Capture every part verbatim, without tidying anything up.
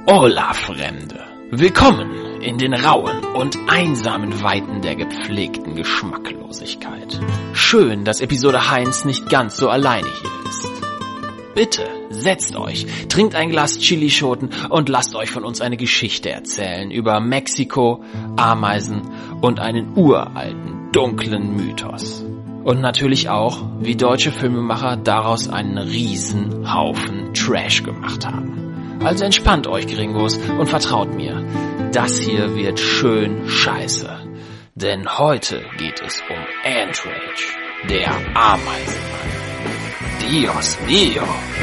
Hola, Fremde. Willkommen in den rauen und einsamen Weiten der gepflegten Geschmacklosigkeit. Schön, dass Episode Heinz nicht ganz so alleine hier ist. Bitte, setzt euch, trinkt ein Glas Chilischoten und lasst euch von uns eine Geschichte erzählen über Mexiko, Ameisen und einen uralten, dunklen Mythos. Und natürlich auch, wie deutsche Filmemacher daraus einen riesen Haufen Trash gemacht haben. Also entspannt euch, Gringos, und vertraut mir, das hier wird schön scheiße. Denn heute geht es um Ant Rage, der Ameisenmann. Dios mio!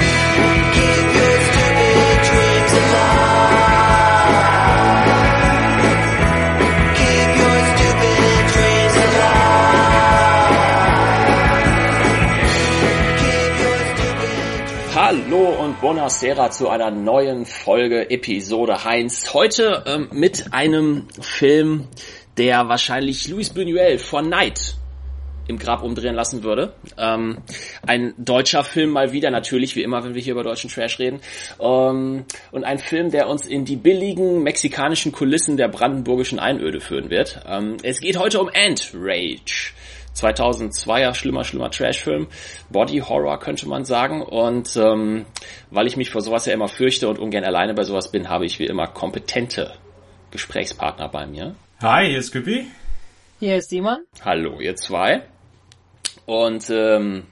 Hallo und buonasera zu einer neuen Folge Episode Heinz. Heute ähm, mit einem Film, der wahrscheinlich Luis Buñuel vor Neid im Grab umdrehen lassen würde. Ähm, ein deutscher Film mal wieder, natürlich, wie immer, wenn wir hier über deutschen Trash reden. Ähm, und ein Film, der uns in die billigen mexikanischen Kulissen der brandenburgischen Einöde führen wird. Ähm, es geht heute um Ant Rage. zweitausendzweier schlimmer, schlimmer Trash-Film. Body Horror könnte man sagen. Und ähm, weil ich mich vor sowas ja immer fürchte und ungern alleine bei sowas bin, habe ich wie immer kompetente Gesprächspartner bei mir. Hi, hier ist Güppi. Hier ist Simon. Hallo, ihr zwei. Und ähm,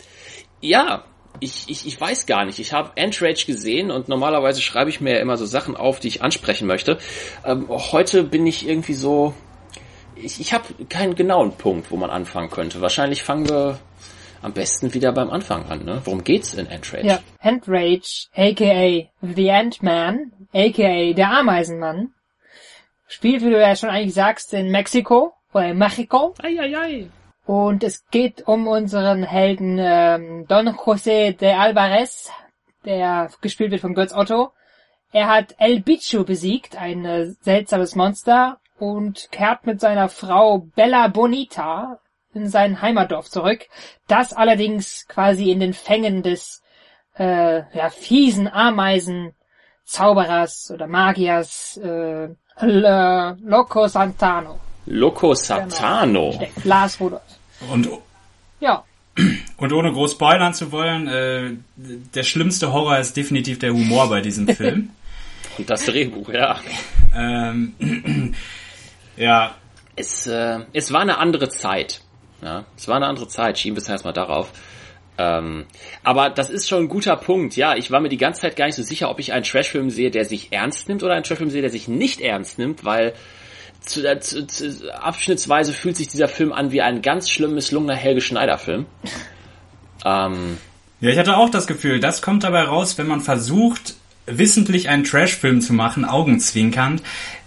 ja, ich, ich, ich weiß gar nicht. Ich habe Ant Rage gesehen und normalerweise schreibe ich mir ja immer so Sachen auf, die ich ansprechen möchte. Ähm, heute bin ich irgendwie so... Ich, ich habe keinen genauen Punkt, wo man anfangen könnte. Wahrscheinlich fangen wir am besten wieder beim Anfang an, ne? Worum geht's in Ant Rage? Ja, Ant Rage, aka The Ant-Man, aka der Ameisenmann, spielt, wie du ja schon eigentlich sagst, in Mexiko oder in Mexiko. Ei, ei, ei. Und es geht um unseren Helden ähm, Don José de Alvarez, der gespielt wird von Götz Otto. Er hat El Bicho besiegt, ein äh, seltsames Monster, und kehrt mit seiner Frau Bella Bonita in sein Heimatdorf zurück, das allerdings quasi in den Fängen des äh, ja, fiesen Ameisen-Zauberers oder Magiers äh, L- Loco Santano. Loco Satano. Genau. Lars Rudolph. Und, ja. und ohne groß spoilern zu wollen, äh, der schlimmste Horror ist definitiv der Humor bei diesem Film. Und das Drehbuch, ja. ähm, ja. Es, äh, es war eine andere Zeit. Ja, es war eine andere Zeit. Schieben wir es erstmal darauf. Ähm, aber das ist schon ein guter Punkt. Ja, ich war mir die ganze Zeit gar nicht so sicher, ob ich einen Trashfilm sehe, der sich ernst nimmt, oder einen Trashfilm sehe, der sich nicht ernst nimmt, weil zu, äh, zu, zu, abschnittsweise fühlt sich dieser Film an wie ein ganz schlimm misslungener Helge Schneider-Film. ähm, ja, ich hatte auch das Gefühl, das kommt dabei raus, wenn man versucht, wissentlich einen Trashfilm zu machen, augenzwinkernd,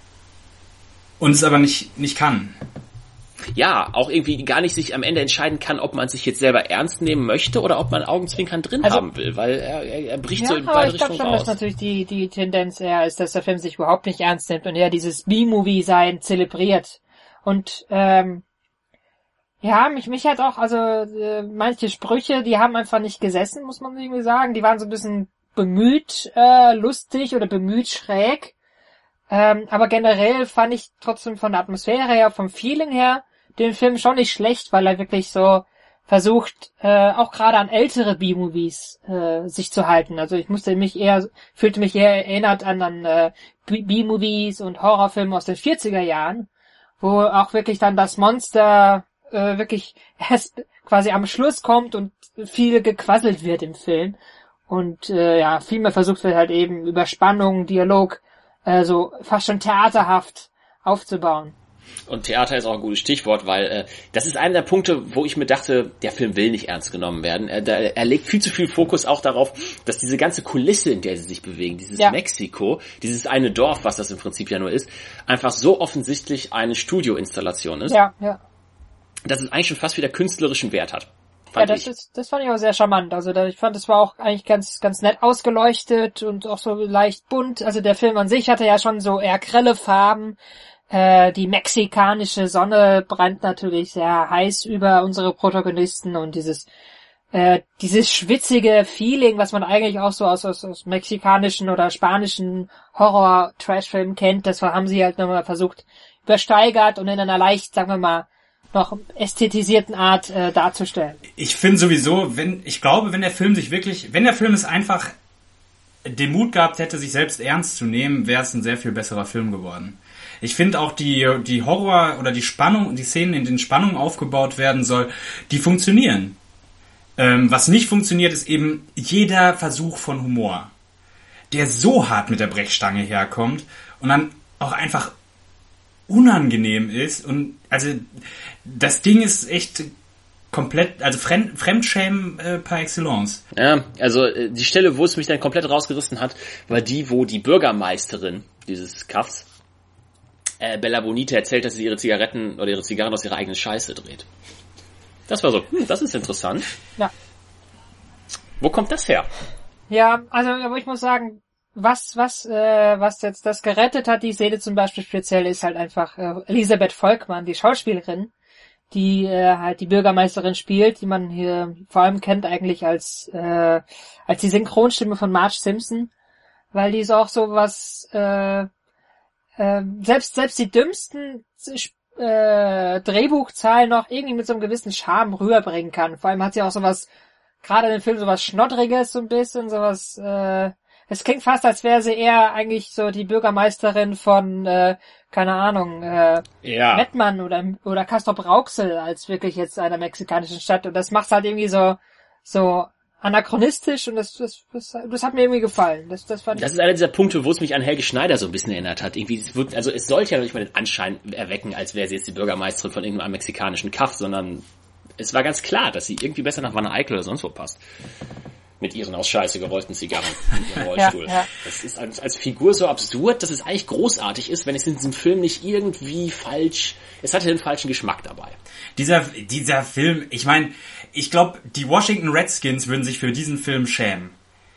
und es aber nicht nicht kann. Ja, auch irgendwie gar nicht sich am Ende entscheiden kann, ob man sich jetzt selber ernst nehmen möchte oder ob man Augenzwinkern drin also, haben will, weil er, er, er bricht ja, so in aber beide ich glaube Richtungen schon, raus. dass natürlich die, die Tendenz eher ist, dass der Film sich überhaupt nicht ernst nimmt und eher dieses B-Movie-Sein zelebriert. Und ähm, ja, mich mich hat auch, also äh, manche Sprüche, die haben einfach nicht gesessen, muss man irgendwie sagen. Die waren so ein bisschen bemüht äh, lustig oder bemüht schräg. Ähm, aber generell fand ich trotzdem von der Atmosphäre her, vom Feeling her, den Film schon nicht schlecht, weil er wirklich so versucht, äh, auch gerade an ältere B-Movies äh, sich zu halten. Also ich musste mich eher, fühlte mich eher erinnert an, an äh, B-Movies und Horrorfilme aus den vierziger Jahren, wo auch wirklich dann das Monster äh, wirklich erst quasi am Schluss kommt und viel gequasselt wird im Film. Und äh, ja, viel mehr versucht wird halt eben über Spannung, Dialog, äh, so fast schon theaterhaft aufzubauen. Und Theater ist auch ein gutes Stichwort, weil äh, das ist einer der Punkte, wo ich mir dachte, der Film will nicht ernst genommen werden. Er, der, er legt viel zu viel Fokus auch darauf, dass diese ganze Kulisse, in der sie sich bewegen, dieses ja. Mexiko, dieses eine Dorf, was das im Prinzip ja nur ist, einfach so offensichtlich eine Studioinstallation ist, ja, ja. dass es eigentlich schon fast wieder künstlerischen Wert hat. Ja, das ist, das fand ich auch sehr charmant. Also da, ich fand, es war auch eigentlich ganz, ganz nett ausgeleuchtet und auch so leicht bunt. Also der Film an sich hatte ja schon so eher grelle Farben. Äh, die mexikanische Sonne brennt natürlich sehr heiß über unsere Protagonisten und dieses äh, dieses schwitzige Feeling, was man eigentlich auch so aus, aus, aus mexikanischen oder spanischen Horror-Trash-Filmen kennt, das haben sie halt nochmal versucht, übersteigert und in einer leicht, sagen wir mal, noch ästhetisierten Art äh, darzustellen. Ich finde sowieso, wenn, ich glaube, wenn der Film sich wirklich, wenn der Film es einfach den Mut gehabt hätte, sich selbst ernst zu nehmen, wäre es ein sehr viel besserer Film geworden. Ich finde auch die, die Horror oder die Spannung und die Szenen, in denen Spannung aufgebaut werden soll, die funktionieren. Ähm, was nicht funktioniert, ist eben jeder Versuch von Humor, der so hart mit der Brechstange herkommt und dann auch einfach unangenehm ist. Und also das Ding ist echt komplett, also Fremd, Fremdschämen äh, par excellence. Ja, also äh, die Stelle, wo es mich dann komplett rausgerissen hat, war die, wo die Bürgermeisterin dieses Kaffs, äh, Bella Bonita, erzählt, dass sie ihre Zigaretten oder ihre Zigarren aus ihrer eigenen Scheiße dreht. Das war so, hm, das ist interessant. Ja. Wo kommt das her? Ja, also aber ich muss sagen, was was äh, was jetzt das gerettet hat, die Szene zum Beispiel speziell, ist halt einfach äh, Elisabeth Volkmann, die Schauspielerin, die äh, halt die Bürgermeisterin spielt, die man hier vor allem kennt eigentlich als äh, als die Synchronstimme von Marge Simpson, weil die ist auch so was äh, äh, selbst selbst die dümmsten äh, Drehbuchzeilen noch irgendwie mit so einem gewissen Charme rüberbringen kann. Vor allem hat sie auch sowas, gerade in dem Film, sowas Schnoddriges so ein bisschen, sowas, äh, es klingt fast, als wäre sie eher eigentlich so die Bürgermeisterin von, äh, keine Ahnung, äh, ja. Mettmann oder, oder Castrop Rauxel als wirklich jetzt einer mexikanischen Stadt. Und das macht's halt irgendwie so, so anachronistisch und das, das, das, das hat mir irgendwie gefallen. Das, das fand ich. Das ist einer dieser Punkte, wo es mich an Helge Schneider so ein bisschen erinnert hat. Irgendwie, es wird, also es sollte ja noch nicht mal den Anschein erwecken, als wäre sie jetzt die Bürgermeisterin von irgendeinem mexikanischen Kaff, sondern es war ganz klar, dass sie irgendwie besser nach Wanne Eickel oder sonst wo passt. Mit ihren aus Scheiße gerollten Zigarren in ihrem Rollstuhl. Ja, ja. Das ist als, als Figur so absurd, dass es eigentlich großartig ist, wenn es in diesem Film nicht irgendwie falsch, es hatte den falschen Geschmack dabei. Dieser, dieser Film, ich meine, ich glaube, die Washington Redskins würden sich für diesen Film schämen.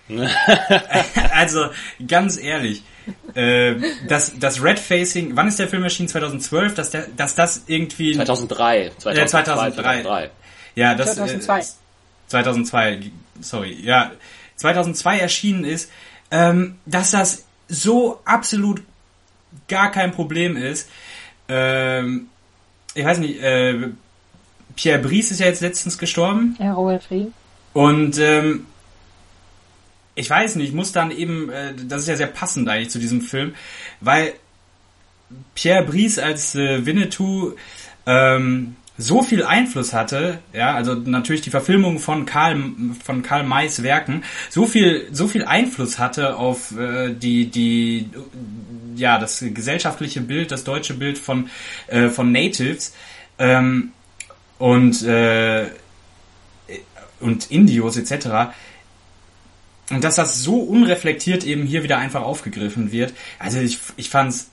Also, ganz ehrlich, äh, das, das Red Facing, wann ist der Film erschienen? zweitausendzwölf? Dass, der, dass das irgendwie... zweitausenddrei. zweitausendzwei, zweitausenddrei. Ja, das... zweitausendzwei. Äh, zweitausendzwei, sorry, ja, zweitausendzwei erschienen ist, ähm, dass das so absolut gar kein Problem ist. Ähm, ich weiß nicht, äh, Pierre Brice ist ja jetzt letztens gestorben. Ja, Ruhe, Frieden. Und ähm, ich weiß nicht, ich muss dann eben, äh, das ist ja sehr passend eigentlich zu diesem Film, weil Pierre Brice als äh, Winnetou ähm, so viel Einfluss hatte, ja, also natürlich die Verfilmung von Karl von Karl Mays Werken, so viel so viel Einfluss hatte auf äh, die die ja das gesellschaftliche Bild, das deutsche Bild von äh, von Natives ähm, und äh, und Indios et cetera. Und dass das so unreflektiert eben hier wieder einfach aufgegriffen wird. Also ich ich fand's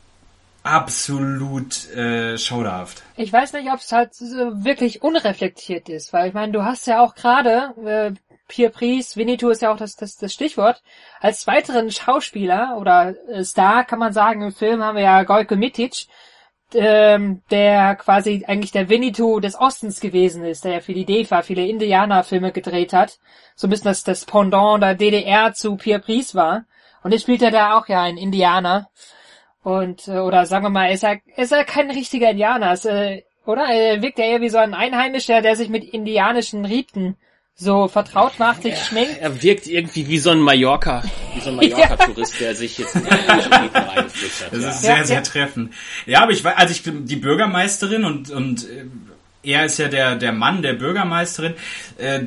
absolut äh, schauderhaft. Ich weiß nicht, ob es halt so wirklich unreflektiert ist, weil ich meine, du hast ja auch gerade, äh, Pierre Brice, Winnetou ist ja auch das, das, das Stichwort, als weiteren Schauspieler oder äh, Star, kann man sagen, im Film haben wir ja Gojko Mitic, ähm, der quasi eigentlich der Winnetou des Ostens gewesen ist, der ja für die D E F A viele Indianerfilme gedreht hat, so ein bisschen das, das Pendant der D D R zu Pierre Brice war. Und jetzt spielt er da auch ja einen Indianer. Und, oder sagen wir mal, ist er, ist er kein richtiger Indianer, ist, äh, oder? Er wirkt ja eher wie so ein Einheimischer, der sich mit indianischen Riten so vertraut macht, sich er, schminkt. Er wirkt irgendwie wie so ein Mallorca, wie so ein Mallorca-Tourist, der sich jetzt in die indischen Riten reingeflüchtet hat. Das ja. ist sehr, ja, sehr ja. treffend. Ja, aber ich weiß, also ich bin die Bürgermeisterin und, und er ist ja der, der Mann der Bürgermeisterin, äh,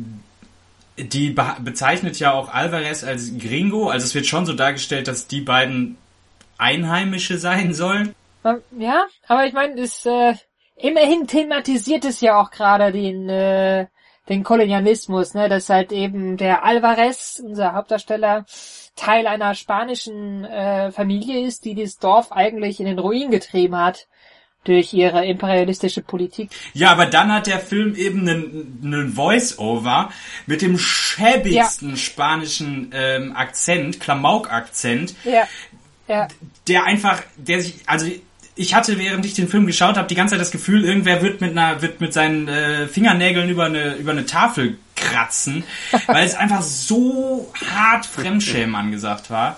die be- bezeichnet ja auch Alvarez als Gringo, also es wird schon so dargestellt, dass die beiden Einheimische sein sollen. Ja, aber ich meine, es äh, immerhin thematisiert es ja auch gerade den äh, den Kolonialismus, ne, dass halt eben der Alvarez, unser Hauptdarsteller, Teil einer spanischen äh, Familie ist, die dieses Dorf eigentlich in den Ruin getrieben hat durch ihre imperialistische Politik. Ja, aber dann hat der Film eben einen, einen Voice-Over mit dem schäbigsten ja. spanischen ähm, Akzent, Klamauk-Akzent. Ja. Ja. Der einfach, der sich, also ich hatte, während ich den Film geschaut habe, die ganze Zeit das Gefühl, irgendwer wird mit einer, wird mit seinen äh, Fingernägeln über eine über eine Tafel kratzen, weil es einfach so hart Fremdschämen angesagt war.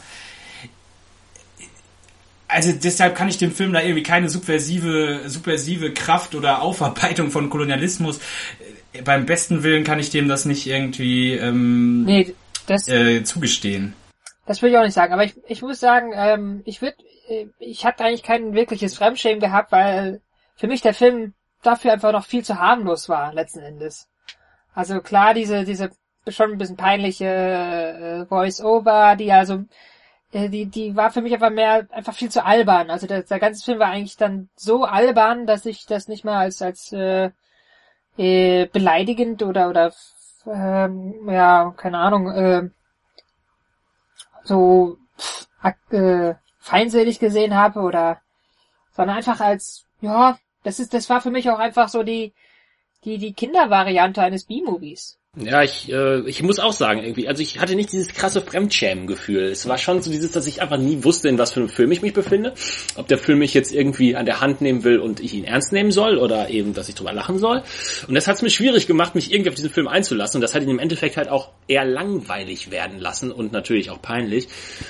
Also deshalb kann ich dem Film da irgendwie keine subversive, subversive Kraft oder Aufarbeitung von Kolonialismus. Beim besten Willen kann ich dem das nicht irgendwie ähm, nee, das, äh, zugestehen. Das würde ich auch nicht sagen, aber ich, ich muss sagen, ähm, ich würde, ich hatte eigentlich kein wirkliches Fremdschämen gehabt, weil für mich der Film dafür einfach noch viel zu harmlos war, letzten Endes. Also klar, diese, diese schon ein bisschen peinliche äh, Voice-Over, die also Die, die war für mich einfach mehr, einfach viel zu albern. Also der, der ganze Film war eigentlich dann so albern, dass ich das nicht mal als, als, äh, äh beleidigend oder, oder, ähm, ja, keine Ahnung, äh, so, pff, äh, feindselig gesehen habe oder, sondern einfach als, ja, das ist, das war für mich auch einfach so die, die, die Kindervariante eines B-Movies. Ja, ich äh, ich muss auch sagen, irgendwie, also ich hatte nicht dieses krasse Fremdschämen-Gefühl. Es war schon so dieses, dass ich einfach nie wusste, in was für einem Film ich mich befinde. Ob der Film mich jetzt irgendwie an der Hand nehmen will und ich ihn ernst nehmen soll oder eben, dass ich drüber lachen soll. Und das hat es mir schwierig gemacht, mich irgendwie auf diesen Film einzulassen. Und das hat ihn im Endeffekt halt auch eher langweilig werden lassen und natürlich auch peinlich.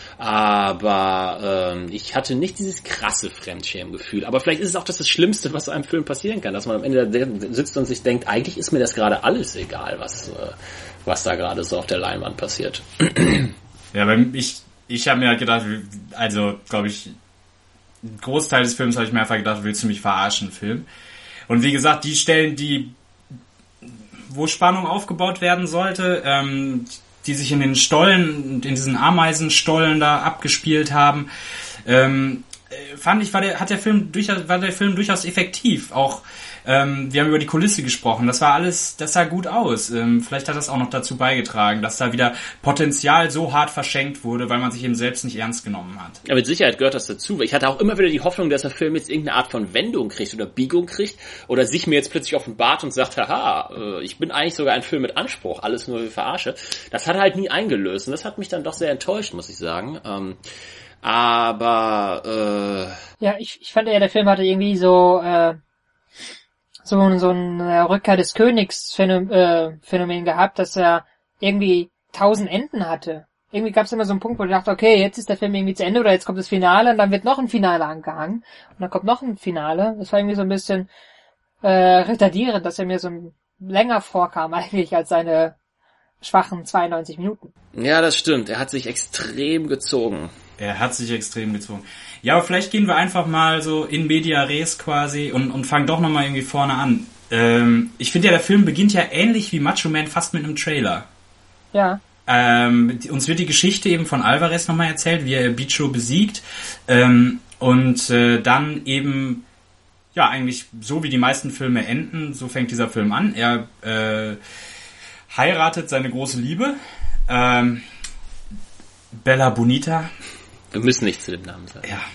Aber ähm, ich hatte nicht dieses krasse Fremdschämen-Gefühl. Aber vielleicht ist es auch das, das Schlimmste, was einem Film passieren kann, dass man am Ende sitzt und sich denkt, eigentlich ist mir das gerade alles egal, was was da gerade so auf der Leinwand passiert. Ja, aber ich, ich habe mir halt gedacht, also, glaube ich, ein Großteil des Films habe ich mir einfach gedacht, willst du mich verarschen, Film? Und wie gesagt, die Stellen, die, wo Spannung aufgebaut werden sollte, ähm, die sich in den Stollen, in diesen Ameisenstollen da abgespielt haben, ähm, fand ich, war der, hat der Film durchaus, war der Film durchaus effektiv. Auch, ähm, wir haben über die Kulisse gesprochen. Das war alles, das sah gut aus. Ähm, vielleicht hat das auch noch dazu beigetragen, dass da wieder Potenzial so hart verschenkt wurde, weil man sich eben selbst nicht ernst genommen hat. Ja, mit Sicherheit gehört das dazu. Ich hatte auch immer wieder die Hoffnung, dass der Film jetzt irgendeine Art von Wendung kriegt oder Biegung kriegt oder sich mir jetzt plötzlich offenbart und sagt, haha, ich bin eigentlich sogar ein Film mit Anspruch, alles nur wie Verarsche. Das hat er halt nie eingelöst und das hat mich dann doch sehr enttäuscht, muss ich sagen. Ähm, aber äh ja, ich, ich fand ja, der Film hatte irgendwie so äh, so, so ein äh, Rückkehr des Königs Phänomen, äh, Phänomen gehabt, dass er irgendwie tausend Enden hatte. Irgendwie gab es immer so einen Punkt, wo ich dachte, okay, jetzt ist der Film irgendwie zu Ende oder jetzt kommt das Finale und dann wird noch ein Finale angehangen und dann kommt noch ein Finale. Das war irgendwie so ein bisschen äh, retardierend, dass er mir so länger vorkam eigentlich als seine schwachen zweiundneunzig Minuten. Ja, das stimmt. Er hat sich extrem gezogen. Er hat sich extrem gezogen. Ja, aber vielleicht gehen wir einfach mal so in media res quasi und, und fangen doch nochmal irgendwie vorne an. Ähm, ich finde ja, der Film beginnt ja ähnlich wie Macho Man fast mit einem Trailer. Ja. Ähm, uns wird die Geschichte eben von Alvarez nochmal erzählt, wie er Bicho besiegt. Ähm, und äh, dann eben, ja, eigentlich so wie die meisten Filme enden, so fängt dieser Film an. Er äh, heiratet seine große Liebe, ähm, Bella Bonita. Wir müssen nicht zu dem Namen sagen. Ja.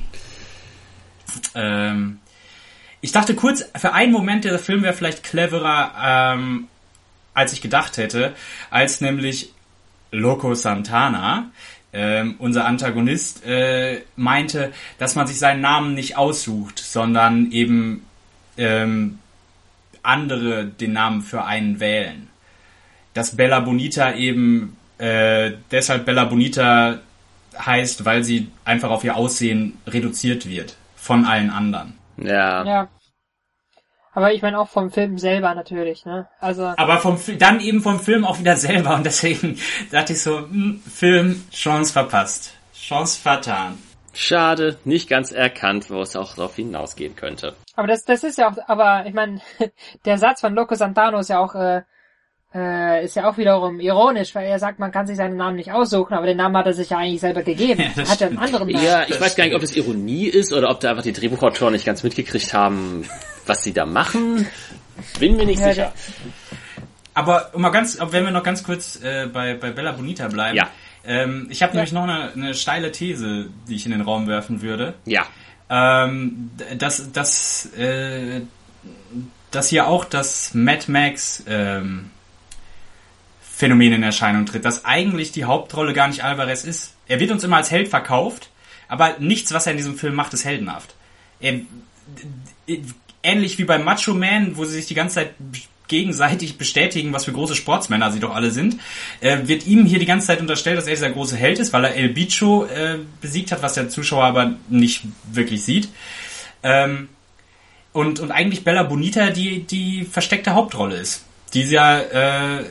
Ähm, ich dachte kurz, für einen Moment, der Film wäre vielleicht cleverer, ähm, als ich gedacht hätte, als nämlich Loco Santana, ähm, unser Antagonist, äh, meinte, dass man sich seinen Namen nicht aussucht, sondern eben ähm, andere den Namen für einen wählen. Dass Bella Bonita eben äh, deshalb Bella Bonita heißt, weil sie einfach auf ihr Aussehen reduziert wird von allen anderen. Ja. Ja. Aber ich meine auch vom Film selber natürlich, ne? Also. Aber vom dann eben vom Film auch wieder selber und deswegen dachte ich so, hm, Film, Chance verpasst. Chance vertan. Schade, nicht ganz erkannt, wo es auch darauf hinausgehen könnte. Aber das das ist ja auch, aber ich meine, der Satz von Loco Santana ist ja auch äh, äh, ist ja auch wiederum ironisch, weil er sagt, man kann sich seinen Namen nicht aussuchen, aber den Namen hat er sich ja eigentlich selber gegeben. Ja, hat ja einen anderen Namen. Ja, ich weiß gar nicht, ob das Ironie ist oder ob da einfach die Drehbuchautoren nicht ganz mitgekriegt haben, was sie da machen. Bin mir nicht ja, sicher. Aber um mal ganz, wenn wir noch ganz kurz äh, bei bei Bella Bonita bleiben. Ja. Ähm, ich habe ja. nämlich noch eine, eine steile These, die ich in den Raum werfen würde. Ja. Ähm, dass dass äh, dass hier auch das Mad Max ähm, Phänomen in Erscheinung tritt, dass eigentlich die Hauptrolle gar nicht Alvarez ist. Er wird uns immer als Held verkauft, aber nichts, was er in diesem Film macht, ist heldenhaft. Er, ähnlich wie bei Macho Man, wo sie sich die ganze Zeit gegenseitig bestätigen, was für große Sportsmänner sie doch alle sind, äh, wird ihm hier die ganze Zeit unterstellt, dass er dieser große Held ist, weil er El Bicho äh, besiegt hat, was der Zuschauer aber nicht wirklich sieht. Ähm, und, und eigentlich Bella Bonita die, die versteckte Hauptrolle ist. Die ja, äh,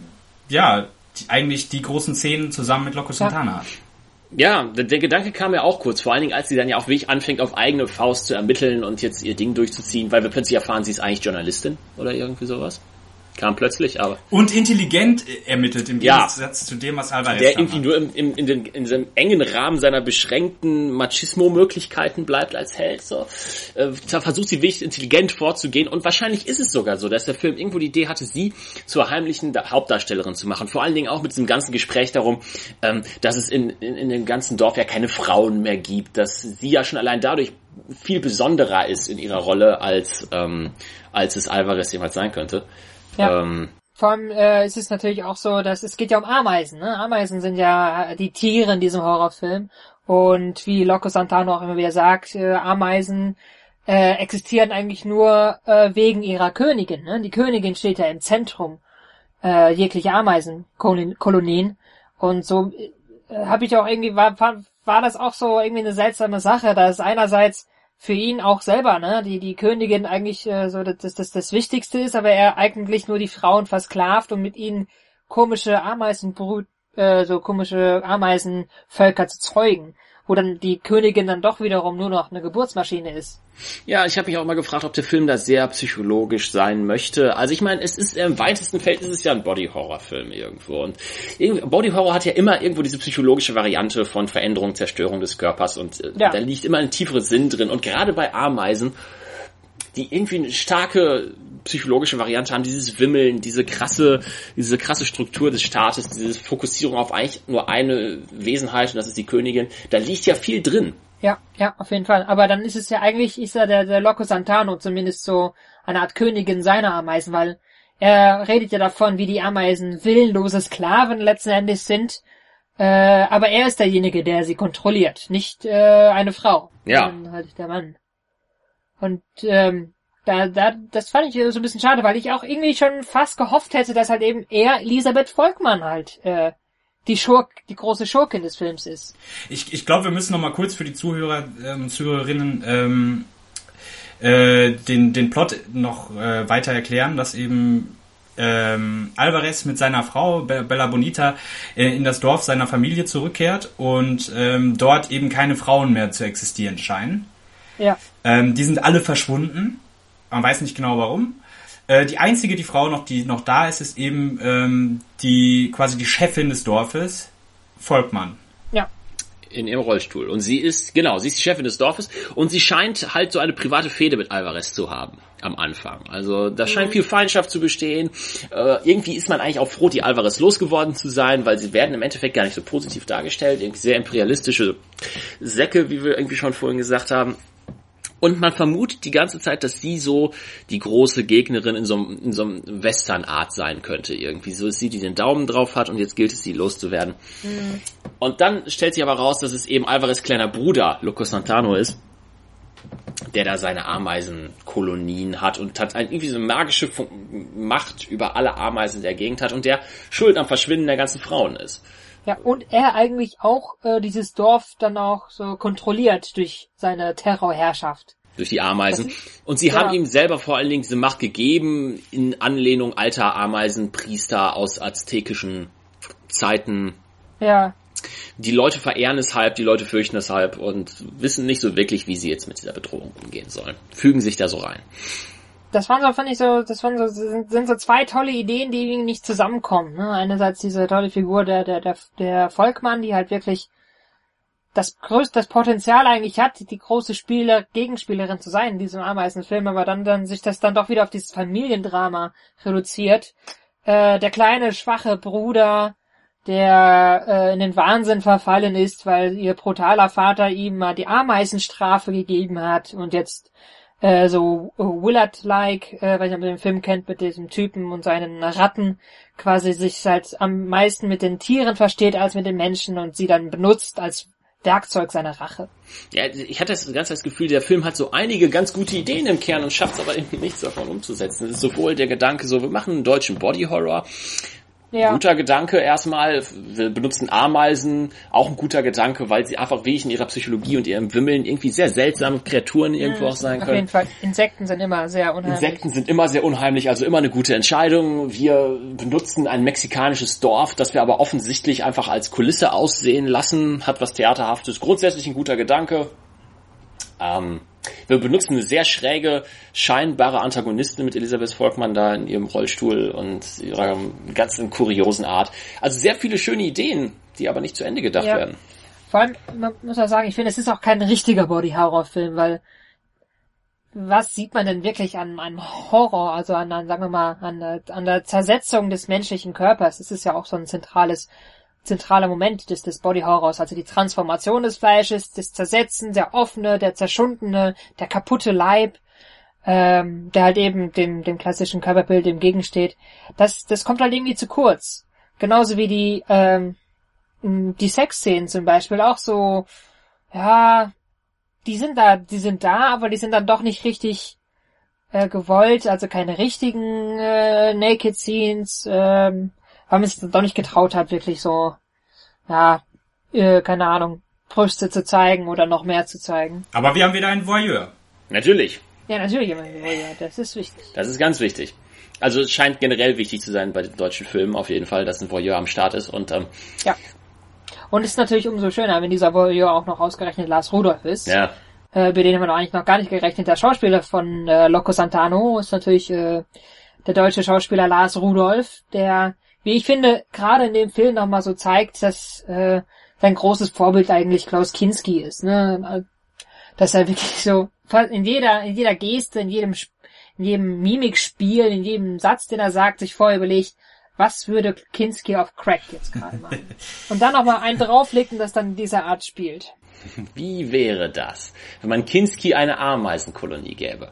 ja, die, eigentlich die großen Szenen zusammen mit Loco Santana ja. hat. Ja, der, der Gedanke kam ja auch kurz, vor allen Dingen, als sie dann ja auch wirklich anfängt, auf eigene Faust zu ermitteln und jetzt ihr Ding durchzuziehen, weil wir plötzlich erfahren, sie ist eigentlich Journalistin oder irgendwie sowas. Kam plötzlich, aber... Und intelligent ermittelt, im ja. Gegensatz zu dem, was Alvarez der irgendwie hat. nur im, im, in, den, in diesem engen Rahmen seiner beschränkten Machismo-Möglichkeiten bleibt als Held. So. Äh, da versucht sie wirklich intelligent vorzugehen und wahrscheinlich ist es sogar so, dass der Film irgendwo die Idee hatte, sie zur heimlichen Hauptdarstellerin zu machen. Vor allen Dingen auch mit diesem ganzen Gespräch darum, ähm, dass es in, in, in dem ganzen Dorf ja keine Frauen mehr gibt, dass sie ja schon allein dadurch viel besonderer ist in ihrer Rolle, als, ähm, als es Alvarez jemals sein könnte. Ja. Ähm, Vor allem äh, ist es natürlich auch so, dass es geht ja um Ameisen. Ne? Ameisen sind ja die Tiere in diesem Horrorfilm. Und wie Loco Santana auch immer wieder sagt, äh, Ameisen äh, existieren eigentlich nur äh, wegen ihrer Königin. Ne? Die Königin steht ja im Zentrum äh, jeglicher Ameisenkolonien. Und so äh, habe ich auch irgendwie, war, war, war das auch so irgendwie eine seltsame Sache, dass einerseits für ihn auch selber, ne, die die Königin eigentlich äh, so das, das das Wichtigste ist, aber er eigentlich nur die Frauen versklavt und mit ihnen komische Ameisenbrut, äh, so komische Ameisenvölker zu zeugen, wo dann die Königin dann doch wiederum nur noch eine Geburtsmaschine ist. Ja, ich habe mich auch mal gefragt, ob der Film da sehr psychologisch sein möchte. Also ich meine, es ist im weitesten Feld ist es ja ein Body-Horror-Film irgendwo. Und Body-Horror hat ja immer irgendwo diese psychologische Variante von Veränderung, Zerstörung des Körpers und äh, ja. da liegt immer ein tieferer Sinn drin. Und gerade bei Ameisen, die irgendwie eine starke psychologische Variante haben, dieses Wimmeln, diese krasse, diese krasse Struktur des Staates, diese Fokussierung auf eigentlich nur eine Wesenheit, und das ist die Königin, da liegt ja viel drin. Ja, ja, auf jeden Fall. Aber dann ist es ja eigentlich, ist er der, der Loco Santana zumindest so eine Art Königin seiner Ameisen, weil er redet ja davon, wie die Ameisen willenlose Sklaven letzten Endes sind, äh, aber er ist derjenige, der sie kontrolliert, nicht äh, eine Frau. Ja. Sondern halt der Mann. Und ähm, da, da, das fand ich so ein bisschen schade, weil ich auch irgendwie schon fast gehofft hätte, dass halt eben er Elisabeth Volkmann halt äh, die Schurk, die große Schurkin des Films ist. Ich, ich glaube, wir müssen noch mal kurz für die Zuhörer und ähm, Zuhörerinnen ähm, äh, den, den Plot noch äh, weiter erklären, dass eben ähm, Alvarez mit seiner Frau Be- Bella Bonita äh, in das Dorf seiner Familie zurückkehrt und ähm, dort eben keine Frauen mehr zu existieren scheinen. Ja. Ähm, die sind alle verschwunden. Man weiß nicht genau warum. Äh, die einzige, die Frau noch, die noch da ist, ist eben ähm, die quasi die Chefin des Dorfes, Volkmann. Ja. In ihrem Rollstuhl. Und sie ist, genau, sie ist die Chefin des Dorfes und sie scheint halt so eine private Fehde mit Alvarez zu haben am Anfang. Also da scheint mhm. viel Feindschaft zu bestehen. Äh, irgendwie ist man eigentlich auch froh, die Alvarez losgeworden zu sein, weil sie werden im Endeffekt gar nicht so positiv dargestellt. Irgendwie sehr imperialistische Säcke, wie wir irgendwie schon vorhin gesagt haben. Und man vermutet die ganze Zeit, dass sie so die große Gegnerin in so einem, in so einem Western-Art sein könnte irgendwie. So ist sie, die den Daumen drauf hat und jetzt gilt es, sie loszuwerden. Mhm. Und dann stellt sich aber raus, dass es eben Alvarez' kleiner Bruder, Loco Santana, ist, der da seine Ameisenkolonien hat und hat irgendwie so eine magische Macht über alle Ameisen der Gegend hat und der schuld am Verschwinden der ganzen Frauen ist. Ja, und er eigentlich auch äh, dieses Dorf dann auch so kontrolliert durch seine Terrorherrschaft. Durch die Ameisen. Ist, und sie ja. haben ihm selber vor allen Dingen diese Macht gegeben in Anlehnung alter Ameisenpriester aus aztekischen Zeiten. Ja. Die Leute verehren es halb, die Leute fürchten es halb und wissen nicht so wirklich, wie sie jetzt mit dieser Bedrohung umgehen sollen. Fügen sich da so rein. Das waren so, fand ich so, das waren so, sind, sind so zwei tolle Ideen, die irgendwie nicht zusammenkommen, ne? Einerseits diese tolle Figur der, der, der, der Volkmann, die halt wirklich das größte, das Potenzial eigentlich hat, die große Spieler, Gegenspielerin zu sein in diesem Ameisenfilm, aber dann, dann sich das dann doch wieder auf dieses Familiendrama reduziert. Äh, der kleine, schwache Bruder, der äh, in den Wahnsinn verfallen ist, weil ihr brutaler Vater ihm mal die Ameisenstrafe gegeben hat und jetzt Äh, so Willard-like, äh, weil ihr den Film kennt, mit diesem Typen und seinen Ratten, quasi sich halt am meisten mit den Tieren versteht als mit den Menschen und sie dann benutzt als Werkzeug seiner Rache. Ja, ich hatte das ganze das Gefühl, der Film hat so einige ganz gute Ideen im Kern und schafft es aber irgendwie nichts davon umzusetzen. Das ist sowohl der Gedanke, so wir machen einen deutschen Body-Horror, ja. Guter Gedanke erstmal, wir benutzen Ameisen, auch ein guter Gedanke, weil sie einfach wirklich in ihrer Psychologie und ihrem Wimmeln irgendwie sehr seltsame Kreaturen irgendwo mhm, auch sein auf können. Auf jeden Fall, Insekten sind immer sehr unheimlich. Insekten sind immer sehr unheimlich, also immer eine gute Entscheidung. Wir benutzen ein mexikanisches Dorf, das wir aber offensichtlich einfach als Kulisse aussehen lassen, hat was Theaterhaftes, grundsätzlich ein guter Gedanke. Ähm, wir benutzen eine sehr schräge, scheinbare Antagonistin mit Elisabeth Volkmann da in ihrem Rollstuhl und ihrer ganzen kuriosen Art. Also sehr viele schöne Ideen, die aber nicht zu Ende gedacht ja. werden. Vor allem, man muss auch sagen, ich finde, es ist auch kein richtiger Body-Horror-Film, weil was sieht man denn wirklich an, an Horror, also an, an, sagen wir mal, an, an der Zersetzung des menschlichen Körpers? Es ist ja auch so ein zentrales zentraler Moment des, des Body-Horrors, also die Transformation des Fleisches, das Zersetzen, der offene, der zerschundene, der kaputte Leib, ähm, der halt eben dem, dem klassischen Körperbild entgegensteht. Das, das kommt halt irgendwie zu kurz. Genauso wie die, ähm, die Sexszenen zum Beispiel auch so, ja, die sind da, die sind da, aber die sind dann doch nicht richtig äh, gewollt, also keine richtigen äh, Naked Scenes, ähm, weil man sich doch nicht getraut hat, wirklich so, ja, äh, keine Ahnung, Brüste zu zeigen oder noch mehr zu zeigen. Aber wir haben wieder einen Voyeur. Natürlich. Ja, natürlich haben wir einen Voyeur, das ist wichtig. Das ist ganz wichtig. Also es scheint generell wichtig zu sein bei den deutschen Filmen, auf jeden Fall, dass ein Voyeur am Start ist. Und ähm, ja. Und es ist natürlich umso schöner, wenn dieser Voyeur auch noch ausgerechnet Lars Rudolph ist. Ja. Äh, bei denen haben wir noch eigentlich noch gar nicht gerechnet. Der Schauspieler von äh, Loco Santano ist natürlich äh, der deutsche Schauspieler Lars Rudolph, der, wie ich finde, gerade in dem Film nochmal so zeigt, dass äh, sein großes Vorbild eigentlich Klaus Kinski ist, ne? Dass er wirklich so in jeder in jeder Geste, in jedem in jedem Mimikspiel, in jedem Satz, den er sagt, sich vorher überlegt, was würde Kinski auf Crack jetzt gerade machen? Und dann nochmal einen drauflegt und das dann in dieser Art spielt. Wie wäre das, wenn man Kinski eine Ameisenkolonie gäbe?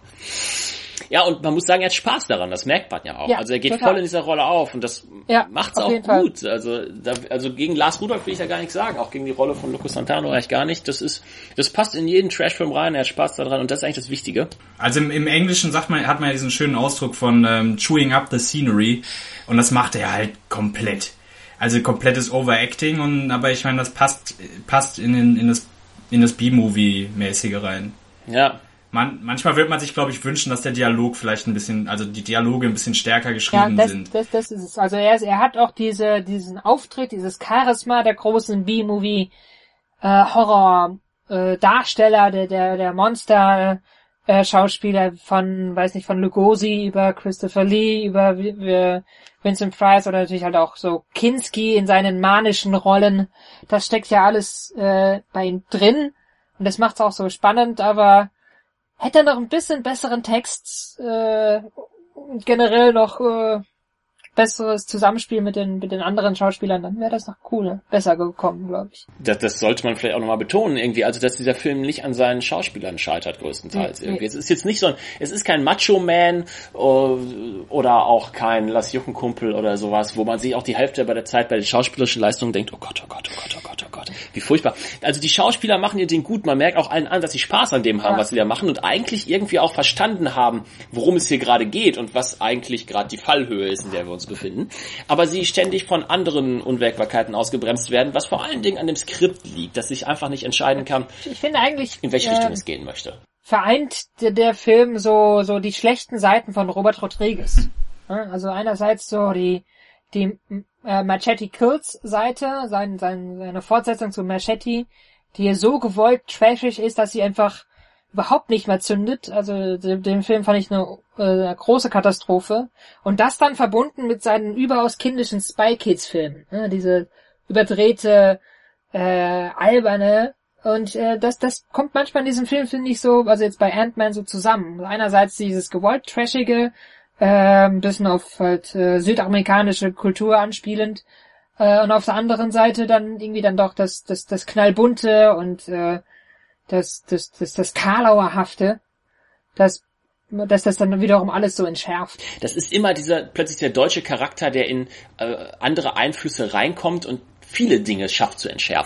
Ja, und man muss sagen, er hat Spaß daran, das merkt man ja auch. Ja, also er geht total voll in dieser Rolle auf und das ja, macht's auch gut. Fall. Also da, also gegen Lars Rudolph will ich ja gar nichts sagen, auch gegen die Rolle von Loco Santano eigentlich gar nicht. Das ist, das passt in jeden Trashfilm rein, er hat Spaß daran und das ist eigentlich das Wichtige. Also im, im Englischen sagt man, hat man ja diesen schönen Ausdruck von ähm, chewing up the scenery und das macht er halt komplett. Also komplettes Overacting und aber ich meine, das passt passt in den, in das in das B-Movie-mäßige rein. Ja. Man, manchmal würde man sich, glaube ich, wünschen, dass der Dialog vielleicht ein bisschen, also die Dialoge ein bisschen stärker geschrieben ja, das, sind. Das, das ist es. Also er, ist, er hat auch diese, diesen Auftritt, dieses Charisma der großen B-Movie äh, Horror äh, Darsteller, der der der Monster äh, Schauspieler von, weiß nicht, von Lugosi über Christopher Lee, über äh, Vincent Price oder natürlich halt auch so Kinski in seinen manischen Rollen. Das steckt ja alles äh, bei ihm drin und das macht's auch so spannend, aber hätte er noch ein bisschen besseren Text äh, und generell noch äh, besseres Zusammenspiel mit den mit den anderen Schauspielern, dann wäre das noch cool, besser gekommen, glaube ich. Das, das sollte man vielleicht auch nochmal betonen, irgendwie, also dass dieser Film nicht an seinen Schauspielern scheitert größtenteils. Mhm. Irgendwie. Es ist jetzt nicht so ein, es ist kein Macho-Man oder auch kein Lass Juckenkumpel oder sowas, wo man sich auch die Hälfte bei der Zeit bei den schauspielerischen Leistungen denkt, oh Gott, oh Gott, oh Gott, oh Gott, oh Gott, wie furchtbar. Also die Schauspieler machen ihr Ding gut, man merkt auch allen an, dass sie Spaß an dem haben, ja. was sie da machen und eigentlich irgendwie auch verstanden haben, worum es hier gerade geht und was eigentlich gerade die Fallhöhe ist, in der wir uns befinden, aber sie ständig von anderen Unwägbarkeiten ausgebremst werden, was vor allen Dingen an dem Skript liegt, dass sich einfach nicht entscheiden kann, ich finde eigentlich, in welche Richtung äh, es gehen möchte. Vereint der, der Film so so die schlechten Seiten von Robert Rodriguez. Also einerseits so die die äh, Machete Kills Seite, sein, sein, seine Fortsetzung zu Machete, die so gewollt trashig ist, dass sie einfach überhaupt nicht mehr zündet. Also den, den Film fand ich eine äh, große Katastrophe. Und das dann verbunden mit seinen überaus kindischen Spy Kids Filmen. Ne? Diese überdrehte, äh, alberne. Und äh, das das kommt manchmal in diesem Film, finde ich, so, also jetzt bei Ant-Man so zusammen. Einerseits dieses gewollt trashige, äh, ein bisschen auf halt äh, südamerikanische Kultur anspielend. Äh, und auf der anderen Seite dann irgendwie dann doch das das das knallbunte und äh, das, das, das, das Karlauerhafte, das, dass das dann wiederum alles so entschärft. Das ist immer dieser, plötzlich der deutsche Charakter, der in äh, andere Einflüsse reinkommt und viele Dinge schafft zu entschärfen.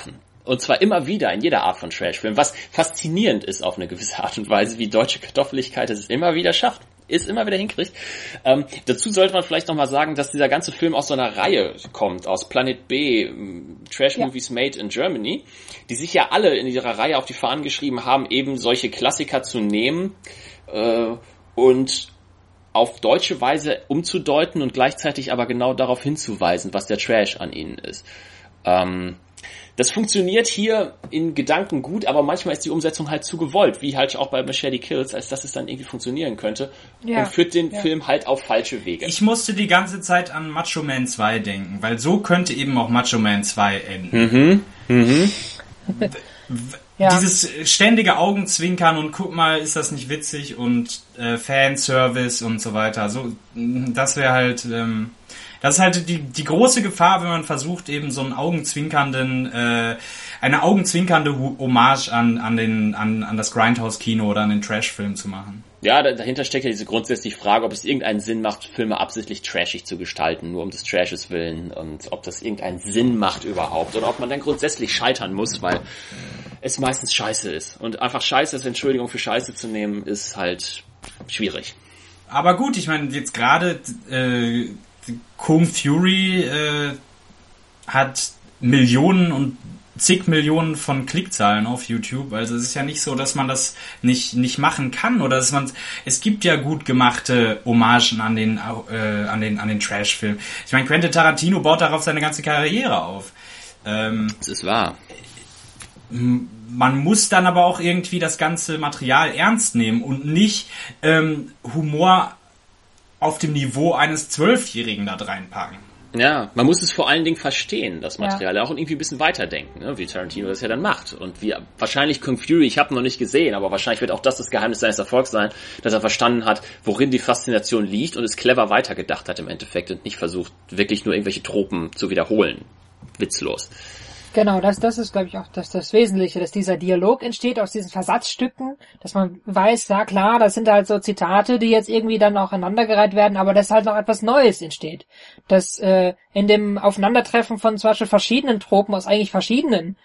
Und zwar immer wieder in jeder Art von Trashfilm, was faszinierend ist auf eine gewisse Art und Weise, wie deutsche Kartoffeligkeit es immer wieder schafft. Ist immer wieder hinkriegt. Ähm, dazu sollte man vielleicht nochmal sagen, dass dieser ganze Film aus so einer Reihe kommt, aus Planet B, Trash Movies ja. Made in Germany, die sich ja alle in ihrer Reihe auf die Fahnen geschrieben haben, eben solche Klassiker zu nehmen äh, und auf deutsche Weise umzudeuten und gleichzeitig aber genau darauf hinzuweisen, was der Trash an ihnen ist. Ähm, Das funktioniert hier in Gedanken gut, aber manchmal ist die Umsetzung halt zu gewollt, wie halt auch bei Machete Kills, als dass es dann irgendwie funktionieren könnte. Ja, und führt den ja. Film halt auf falsche Wege. Ich musste die ganze Zeit an Macho Man zwei denken, weil so könnte eben auch Macho Man zwei enden. Mhm. Mhm. Ja. Dieses ständige Augenzwinkern und guck mal, ist das nicht witzig und äh, Fanservice und so weiter. So, das wäre halt... Ähm, Das ist halt die, die große Gefahr, wenn man versucht, eben so einen augenzwinkernden, äh, eine augenzwinkernde Hommage an, an den, an, an das Grindhouse-Kino oder an den Trash-Film zu machen. Ja, dahinter steckt ja diese grundsätzliche Frage, ob es irgendeinen Sinn macht, Filme absichtlich trashig zu gestalten, nur um des Trashes willen, und ob das irgendeinen Sinn macht überhaupt, oder ob man dann grundsätzlich scheitern muss, weil es meistens Scheiße ist. Und einfach Scheiße als Entschuldigung für Scheiße zu nehmen, ist halt schwierig. Aber gut, ich meine, jetzt gerade, äh, Kung Fury äh, hat Millionen und zig Millionen von Klickzahlen auf YouTube. Also es ist ja nicht so, dass man das nicht nicht machen kann oder dass man es gibt ja gut gemachte Hommagen an den äh, an den an den Trash-Film. Ich meine, Quentin Tarantino baut darauf seine ganze Karriere auf. Ähm, das ist wahr. Man muss dann aber auch irgendwie das ganze Material ernst nehmen und nicht ähm, Humor auf dem Niveau eines Zwölfjährigen da reinpacken. Ja, man muss es vor allen Dingen verstehen, das Material, ja. Auch irgendwie ein bisschen weiterdenken, ne? Wie Tarantino das ja dann macht. Und wie wahrscheinlich Kung Fury, ich habe noch nicht gesehen, aber wahrscheinlich wird auch das das Geheimnis seines Erfolgs sein, dass er verstanden hat, worin die Faszination liegt und es clever weitergedacht hat im Endeffekt und nicht versucht, wirklich nur irgendwelche Tropen zu wiederholen. Witzlos. Genau, das, das ist, glaube ich, auch das, das Wesentliche, dass dieser Dialog entsteht aus diesen Versatzstücken, dass man weiß, ja klar, das sind halt so Zitate, die jetzt irgendwie dann auch aneinandergereiht werden, aber dass halt noch etwas Neues entsteht. Dass äh, in dem Aufeinandertreffen von zum Beispiel verschiedenen Tropen aus eigentlich verschiedenen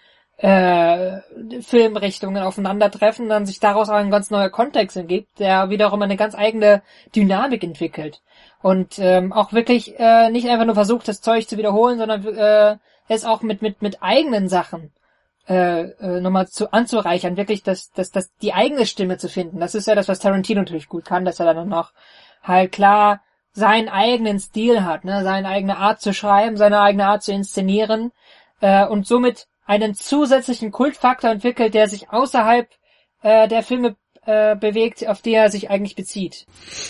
äh, Filmrichtungen aufeinandertreffen, dann sich daraus auch ein ganz neuer Kontext ergibt, der wiederum eine ganz eigene Dynamik entwickelt. Und ähm, auch wirklich äh, nicht einfach nur versucht, das Zeug zu wiederholen, sondern äh, es auch mit mit mit eigenen Sachen äh, äh, nochmal zu anzureichern, wirklich das das das die eigene Stimme zu finden. Das ist ja das, was Tarantino natürlich gut kann, dass er dann noch halt klar seinen eigenen Stil hat, ne, seine eigene Art zu schreiben, seine eigene Art zu inszenieren äh, und somit einen zusätzlichen Kultfaktor entwickelt, der sich außerhalb äh, der Filme äh, bewegt, auf die er sich eigentlich bezieht.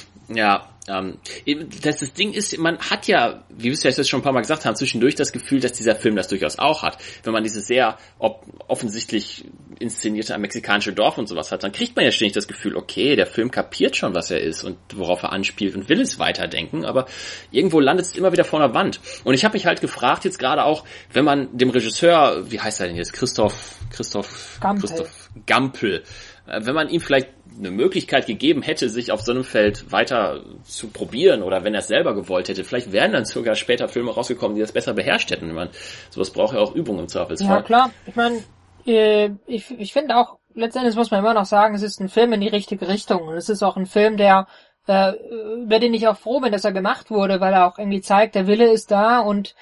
Ja, ähm, das, das Ding ist, man hat ja, wie wir es ja jetzt schon ein paar Mal gesagt haben, zwischendurch das Gefühl, dass dieser Film das durchaus auch hat. Wenn man diese sehr ob, offensichtlich inszenierte mexikanische Dorf und sowas hat, dann kriegt man ja ständig das Gefühl, okay, der Film kapiert schon, was er ist und worauf er anspielt und will es weiterdenken, aber irgendwo landet es immer wieder vor einer Wand. Und ich habe mich halt gefragt, jetzt gerade auch, wenn man dem Regisseur, wie heißt er denn jetzt, Christoph, Christoph, Gampel. Christoph Gampel, wenn man ihm vielleicht eine Möglichkeit gegeben hätte, sich auf so einem Feld weiter zu probieren oder wenn er es selber gewollt hätte, vielleicht wären dann sogar später Filme rausgekommen, die das besser beherrscht hätten. Ich meine, sowas braucht ja auch Übung im Zweifelsfall. Ja, klar. Ich meine, äh, ich, ich finde auch, letztendlich muss man immer noch sagen, es ist ein Film in die richtige Richtung und es ist auch ein Film, der äh, über den ich auch froh bin, dass er gemacht wurde, weil er auch irgendwie zeigt, der Wille ist da und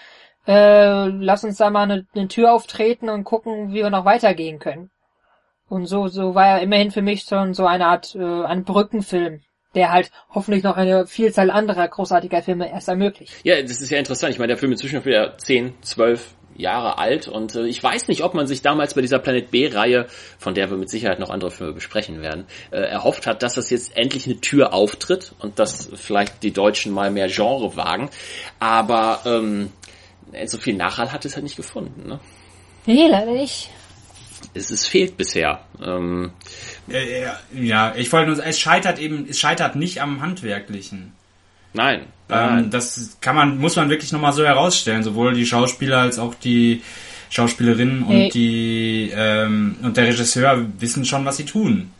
äh, lass uns da mal eine, eine Tür auftreten und gucken, wie wir noch weitergehen können. Und so, so war er immerhin für mich schon so eine Art, äh, ein Brückenfilm, der halt hoffentlich noch eine Vielzahl anderer großartiger Filme erst ermöglicht. Ja, das ist ja interessant. Ich meine, der Film ist inzwischen wieder zehn, zwölf Jahre alt und äh, ich weiß nicht, ob man sich damals bei dieser Planet B-Reihe, von der wir mit Sicherheit noch andere Filme besprechen werden, äh, erhofft hat, dass das jetzt endlich eine Tür auftritt und dass vielleicht die Deutschen mal mehr Genre wagen. Aber ähm, so viel Nachhall hat es halt nicht gefunden, ne? Nee, leider nicht. Es, es fehlt bisher. Ähm, äh, ja, ich wollte nur, es scheitert eben, es scheitert nicht am Handwerklichen. Nein. Ähm, nein. Das kann man, muss man wirklich nochmal so herausstellen, sowohl die Schauspieler als auch die Schauspielerinnen und hey. die ähm, und der Regisseur wissen schon, was sie tun.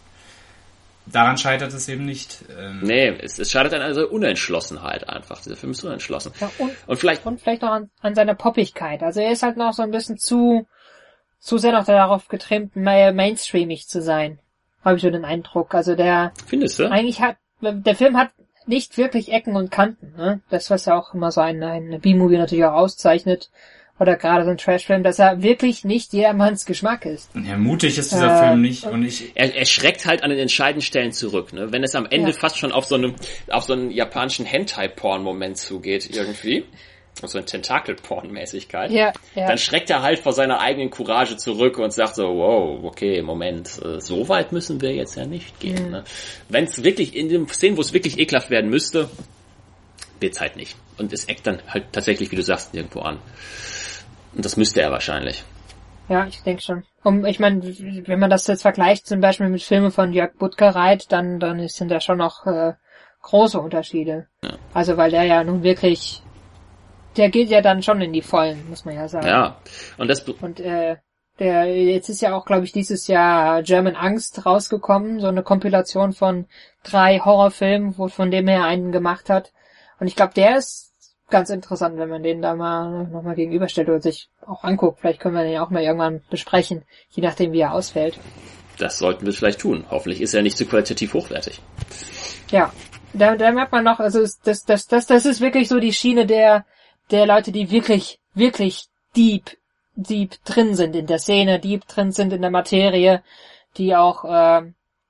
Daran scheitert es eben nicht. Ähm. Nee, es, es scheitert an einer Unentschlossenheit einfach. Dieser Film ist unentschlossen. Ja, und, und vielleicht und vielleicht auch an, an seiner Poppigkeit. Also er ist halt noch so ein bisschen zu zu sehr noch darauf getrimmt, mehr mainstreamig zu sein. Habe ich so den Eindruck. Also der... Findest du? Eigentlich hat... Der Film hat nicht wirklich Ecken und Kanten. Ne? Das, was ja auch immer so ein, ein B-Movie natürlich auch auszeichnet. Oder gerade so ein Trashfilm, dass er wirklich nicht jedermanns Geschmack ist. Ja, mutig ist dieser äh, Film nicht. Und ich Er, er schreckt halt an den entscheidenden Stellen zurück, ne? Wenn es am Ende Ja. fast schon auf so einem, auf so einen japanischen Hentai-Porn-Moment zugeht, irgendwie. Auf so eine Tentakel-Porn-Mäßigkeit. Ja, ja. Dann schreckt er halt vor seiner eigenen Courage zurück und sagt so, wow, okay, Moment, so weit müssen wir jetzt ja nicht gehen, Mhm. ne? Wenn es wirklich in den Szenen, wo es wirklich ekelhaft werden müsste, wird's halt nicht. Und es eckt dann halt tatsächlich, wie du sagst, irgendwo an. Und das müsste er wahrscheinlich. Ja, ich denke schon. Um, ich meine, wenn man das jetzt vergleicht, zum Beispiel mit Filmen von Jörg Buttgereit, dann, dann sind da schon noch äh, große Unterschiede. Ja. Also, weil der ja nun wirklich, der geht ja dann schon in die Vollen, muss man ja sagen. Ja. Und das, Und äh, der, jetzt ist ja auch, glaube ich, dieses Jahr German Angst rausgekommen, so eine Kompilation von drei Horrorfilmen, wo von dem er einen gemacht hat. Und ich glaube, der ist ganz interessant, wenn man den da mal nochmal gegenüberstellt oder sich auch anguckt. Vielleicht können wir den ja auch mal irgendwann besprechen, je nachdem, wie er ausfällt. das sollten wir vielleicht tun. Hoffentlich ist er nicht zu qualitativ hochwertig. Ja, da, da merkt man noch, also das, das, das, das ist wirklich so die Schiene der, der Leute, die wirklich, wirklich deep, deep drin sind in der Szene, deep drin sind in der Materie, die auch, äh,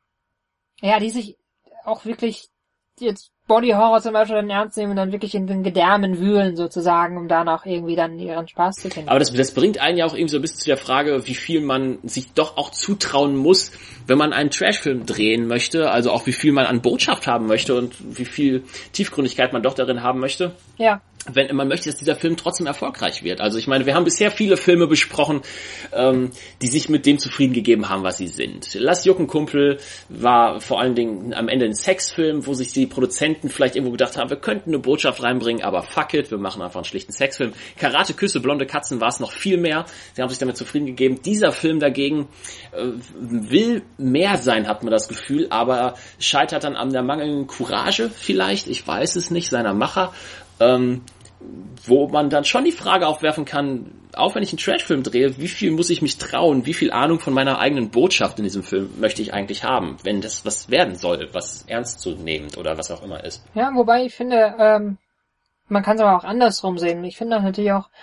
ja, die sich auch wirklich jetzt Body Horror zum Beispiel dann ernst nehmen und dann wirklich in den Gedärmen wühlen sozusagen, um danach irgendwie dann ihren Spaß zu finden. Aber das, das bringt einen ja auch irgendwie so ein bisschen zu der Frage, wie viel man sich doch auch zutrauen muss, wenn man einen Trashfilm drehen möchte, also auch wie viel man an Botschaft haben möchte und wie viel Tiefgründigkeit man doch darin haben möchte. Ja. Wenn man möchte, dass dieser Film trotzdem erfolgreich wird. Also ich meine, wir haben bisher viele Filme besprochen, ähm, die sich mit dem zufrieden gegeben haben, was sie sind. Lass jucken, Kumpel war vor allen Dingen am Ende ein Sexfilm, wo sich die Produzenten vielleicht irgendwo gedacht haben, wir könnten eine Botschaft reinbringen, aber fuck it, wir machen einfach einen schlichten Sexfilm. Karate, Küsse, blonde Katzen war es noch viel mehr. Sie haben sich damit zufrieden gegeben. Dieser Film dagegen äh, will mehr sein, hat man das Gefühl, aber scheitert dann an der mangelnden Courage vielleicht, ich weiß es nicht, seiner Macher. Ähm, wo man dann schon die Frage aufwerfen kann, auch wenn ich einen Trashfilm drehe, wie viel muss ich mich trauen, wie viel Ahnung von meiner eigenen Botschaft in diesem Film möchte ich eigentlich haben, wenn das was werden soll, was ernstzunehmend oder was auch immer ist. Ja, wobei ich finde, ähm, man kann es aber auch andersrum sehen. Ich finde natürlich auch,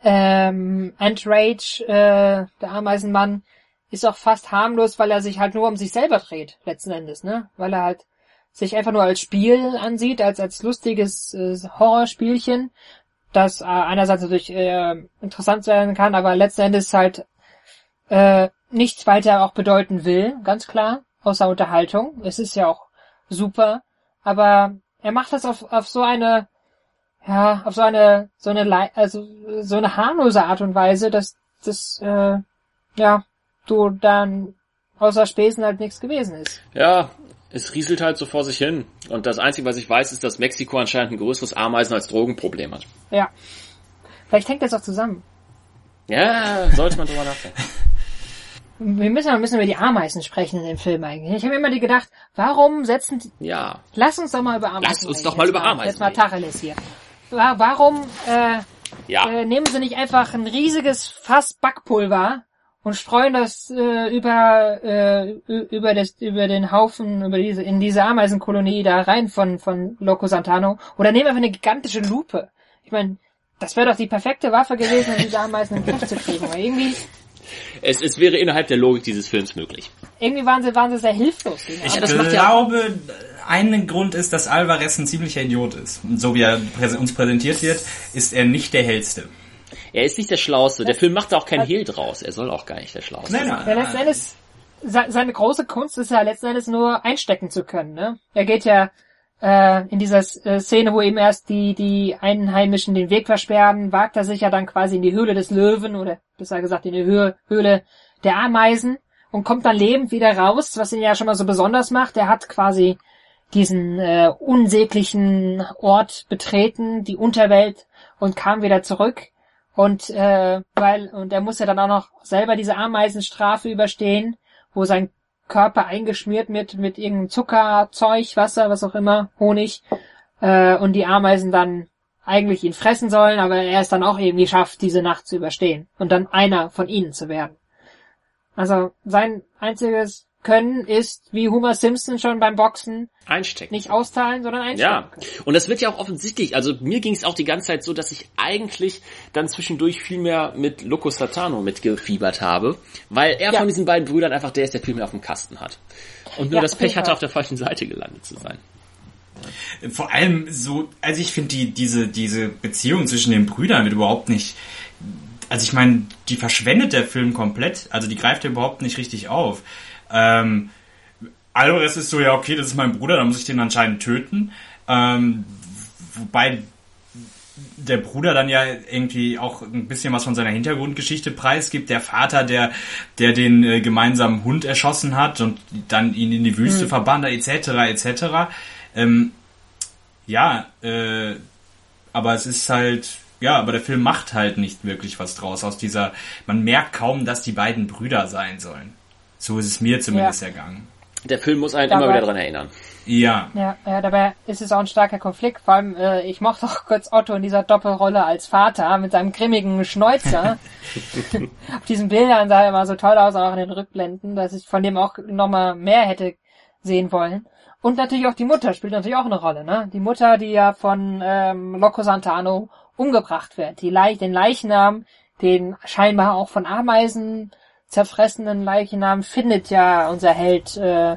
ähm, Entrage, äh, der Ameisenmann, ist auch fast harmlos, weil er sich halt nur um sich selber dreht, letzten Endes, ne? Weil er halt sich einfach nur als Spiel ansieht, als als lustiges äh, Horrorspielchen, das äh, einerseits natürlich äh, interessant sein kann, aber letzten Endes halt äh, nichts weiter auch bedeuten will, ganz klar, außer Unterhaltung. Es ist ja auch super, aber er macht das auf auf so eine ja, auf so eine so eine Le- also so eine harmlose Art und Weise, dass das äh, ja, du dann außer Späßen halt nichts gewesen ist. Ja, es rieselt halt so vor sich hin. Und das Einzige, was ich weiß, ist, dass Mexiko anscheinend ein größeres Ameisen- als Drogenproblem hat. Ja. Vielleicht hängt das auch zusammen. Ja, sollte man drüber nachdenken. Wir müssen mal ein bisschen über die Ameisen sprechen in dem Film eigentlich. Ich habe mir immer gedacht, warum setzen die... Ja. Lass uns doch mal über Ameisen Lass uns reden. doch mal Jetzt über Ameisen Jetzt mal reden. Tacheles hier. Wa- Warum äh, Ja. äh, nehmen sie nicht einfach ein riesiges Fass Backpulver und streuen das äh, über äh, ü- über das über den Haufen über diese in diese Ameisenkolonie da rein von von Loco Santano oder nehmen einfach eine gigantische Lupe. Ich meine, das wäre doch die perfekte Waffe gewesen, um diese Ameisen in den Griff zu kriegen. Aber irgendwie Es, es wäre innerhalb der Logik dieses Films möglich. irgendwie waren sie waren sie sehr hilflos. Die Ich das macht ja auch- glaube, ein Grund ist, dass Alvarez ein ziemlicher Idiot ist. Und so wie er präse- uns präsentiert wird, ist er nicht der Hellste. Er ist nicht der Schlauste. Der Film macht da auch kein Hehl draus. Er soll auch gar nicht der Schlauste Nein, sein. nein. Ja, letzten Endes, se- seine große Kunst ist ja letzten Endes nur einstecken zu können, ne? Er geht ja äh, in dieser äh, Szene, wo eben erst die die Einheimischen den Weg versperren, wagt er sich ja dann quasi in die Höhle des Löwen oder besser gesagt in die Höhe, Höhle der Ameisen und kommt dann lebend wieder raus, was ihn ja schon mal so besonders macht. Er hat quasi diesen äh, unsäglichen Ort betreten, die Unterwelt, und kam wieder zurück. Und äh, weil und er muss ja dann auch noch selber diese Ameisenstrafe überstehen, wo sein Körper eingeschmiert wird mit irgendeinem Zuckerzeug, Wasser, was auch immer, Honig, äh, und die Ameisen dann eigentlich ihn fressen sollen, aber er es dann auch irgendwie schafft, diese Nacht zu überstehen und dann einer von ihnen zu werden. Also sein einziges Können ist, wie Homer Simpson schon beim Boxen, einstecken. Nicht austeilen, sondern einstecken. Ja, und das wird ja auch offensichtlich, also mir ging es auch die ganze Zeit so, dass ich eigentlich dann zwischendurch viel mehr mit Loco Satano mitgefiebert habe, weil er ja. von diesen beiden Brüdern einfach der ist, der viel mehr auf dem Kasten hat. Und nur ja, das Pech hatte, auf der falschen Seite gelandet zu sein. Vor allem so, also ich finde die diese diese Beziehung zwischen den Brüdern wird überhaupt nicht, also ich meine, die verschwendet der Film komplett, also die greift er überhaupt nicht richtig auf. Ähm, Alvarez ist so, ja okay, das ist mein Bruder, dann muss ich den anscheinend töten. Ähm, wobei der Bruder dann ja irgendwie auch ein bisschen was von seiner Hintergrundgeschichte preisgibt. Der Vater, der der den äh, gemeinsamen Hund erschossen hat und dann ihn in die Wüste mhm. verbannt hat, et cetera et cetera. Ähm, ja, äh, aber es ist halt, ja, aber der Film macht halt nicht wirklich was draus aus dieser, man merkt kaum, dass die beiden Brüder sein sollen. So ist es mir zumindest ja. ergangen. Der Film muss einen dabei, immer wieder dran erinnern. Ja. ja. Ja, dabei ist es auch ein starker Konflikt. Vor allem, äh, ich mochte auch kurz Otto in dieser Doppelrolle als Vater mit seinem grimmigen Schnäuzer. Auf diesen Bildern sah er immer so toll aus, auch in den Rückblenden, dass ich von dem auch nochmal mehr hätte sehen wollen. Und natürlich auch die Mutter spielt natürlich auch eine Rolle, ne? Die Mutter, die ja von ähm, Loco Santano umgebracht wird. Die Leich- den Leichnam, den scheinbar auch von Ameisen zerfressenen Leichnam findet ja unser Held äh,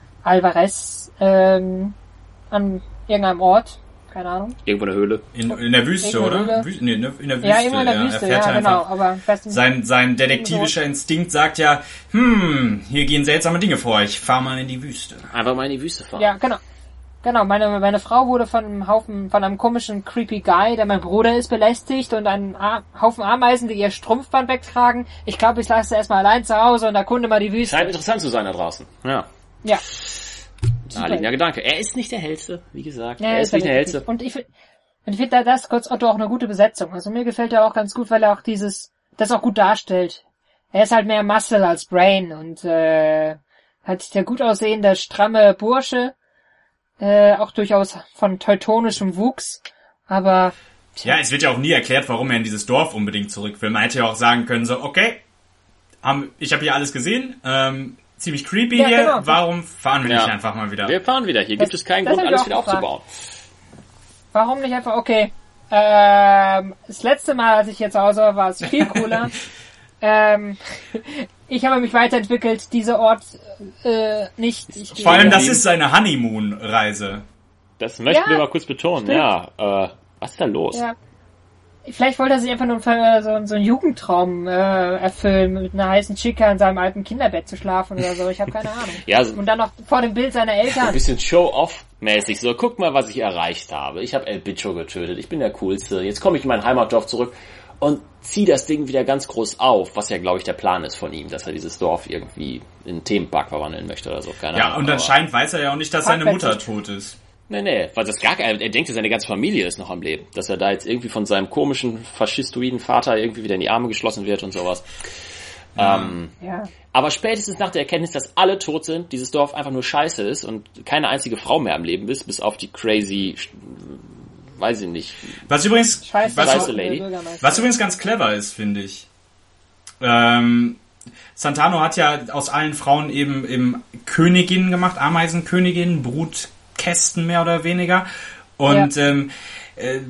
Alvarez ähm, an irgendeinem Ort, keine Ahnung. Irgendwo in der Höhle. In, in der Wüste, irgendwo oder? Wü- nee, in der Wüste. Ja, irgendwo in der Wüste, ja, ja genau. Aber sein, sein detektivischer Instinkt sagt ja, hm, hier gehen seltsame Dinge vor, ich fahr mal in die Wüste. Einfach mal in die Wüste fahren. Ja, genau. Genau, meine meine Frau wurde von einem Haufen, von einem komischen creepy Guy, der mein Bruder ist, belästigt und einen A- Haufen Ameisen, die ihr Strumpfband wegtragen. Ich glaube, ich lasse sie erstmal allein zu Hause und erkunde mal die Wüste. Scheint interessant zu sein da draußen. Ja. Ja. Naheliegender Gedanke. Er ist nicht der Hellste, wie gesagt. Ja, er ist, ist nicht der Hellste. Nicht. Und ich, ich finde da das kurz Otto auch eine gute Besetzung. Also mir gefällt er auch ganz gut, weil er auch dieses, das auch gut darstellt. Er ist halt mehr Muscle als Brain und äh, hat der gut aussehende, stramme Bursche. Äh, auch durchaus von teutonischem Wuchs, aber... Tja. Ja, es wird ja auch nie erklärt, warum er in dieses Dorf unbedingt zurück will. Man hätte ja auch sagen können, so, okay, haben, ich habe hier alles gesehen, ähm, ziemlich creepy ja, hier, genau. Warum fahren wir ja. nicht einfach mal wieder? Wir fahren wieder, hier das, gibt es keinen Grund, alles wieder gefragt. aufzubauen. Warum nicht einfach, okay, ähm, das letzte Mal, als ich hier zu Hause war, war es viel cooler. ähm... Ich habe mich weiterentwickelt, dieser Ort äh, nicht. Ich Vor allem, das ist seine Honeymoon-Reise. Das möchten ja, wir mal kurz betonen, stimmt. ja. Äh, was ist da los? Ja. Vielleicht wollte er sich einfach nur so, so einen Jugendtraum äh, erfüllen, mit einer heißen Chica in seinem alten Kinderbett zu schlafen oder so. Ich habe keine Ahnung. ja, so und dann noch vor dem Bild seiner Eltern. Ein bisschen Show-off-mäßig. So, guck mal, was ich erreicht habe. Ich habe El Bicho getötet. Ich bin der Coolste. Jetzt komme ich in mein Heimatdorf zurück. Und zieh das Ding wieder ganz groß auf, was ja, glaube ich, der Plan ist von ihm, dass er dieses Dorf irgendwie in einen Themenpark verwandeln möchte oder so. Keine ja, Ahnung, und anscheinend weiß er ja auch nicht, dass seine Mutter tot ist. Nee, nee, weil das gar er denkt, seine ganze Familie ist noch am Leben. Dass er da jetzt irgendwie von seinem komischen, faschistoiden Vater irgendwie wieder in die Arme geschlossen wird und sowas. Ja. Ähm, ja. Aber spätestens nach der Erkenntnis, dass alle tot sind, dieses Dorf einfach nur scheiße ist und keine einzige Frau mehr am Leben ist, bis auf die crazy... weiß ich nicht. Was übrigens, Scheiße, was, Scheiße, Lady. was übrigens ganz clever ist, finde ich. Ähm, Santano hat ja aus allen Frauen eben, eben Königinnen gemacht, Ameisenköniginnen, Brutkästen mehr oder weniger. Und ja. ähm, äh,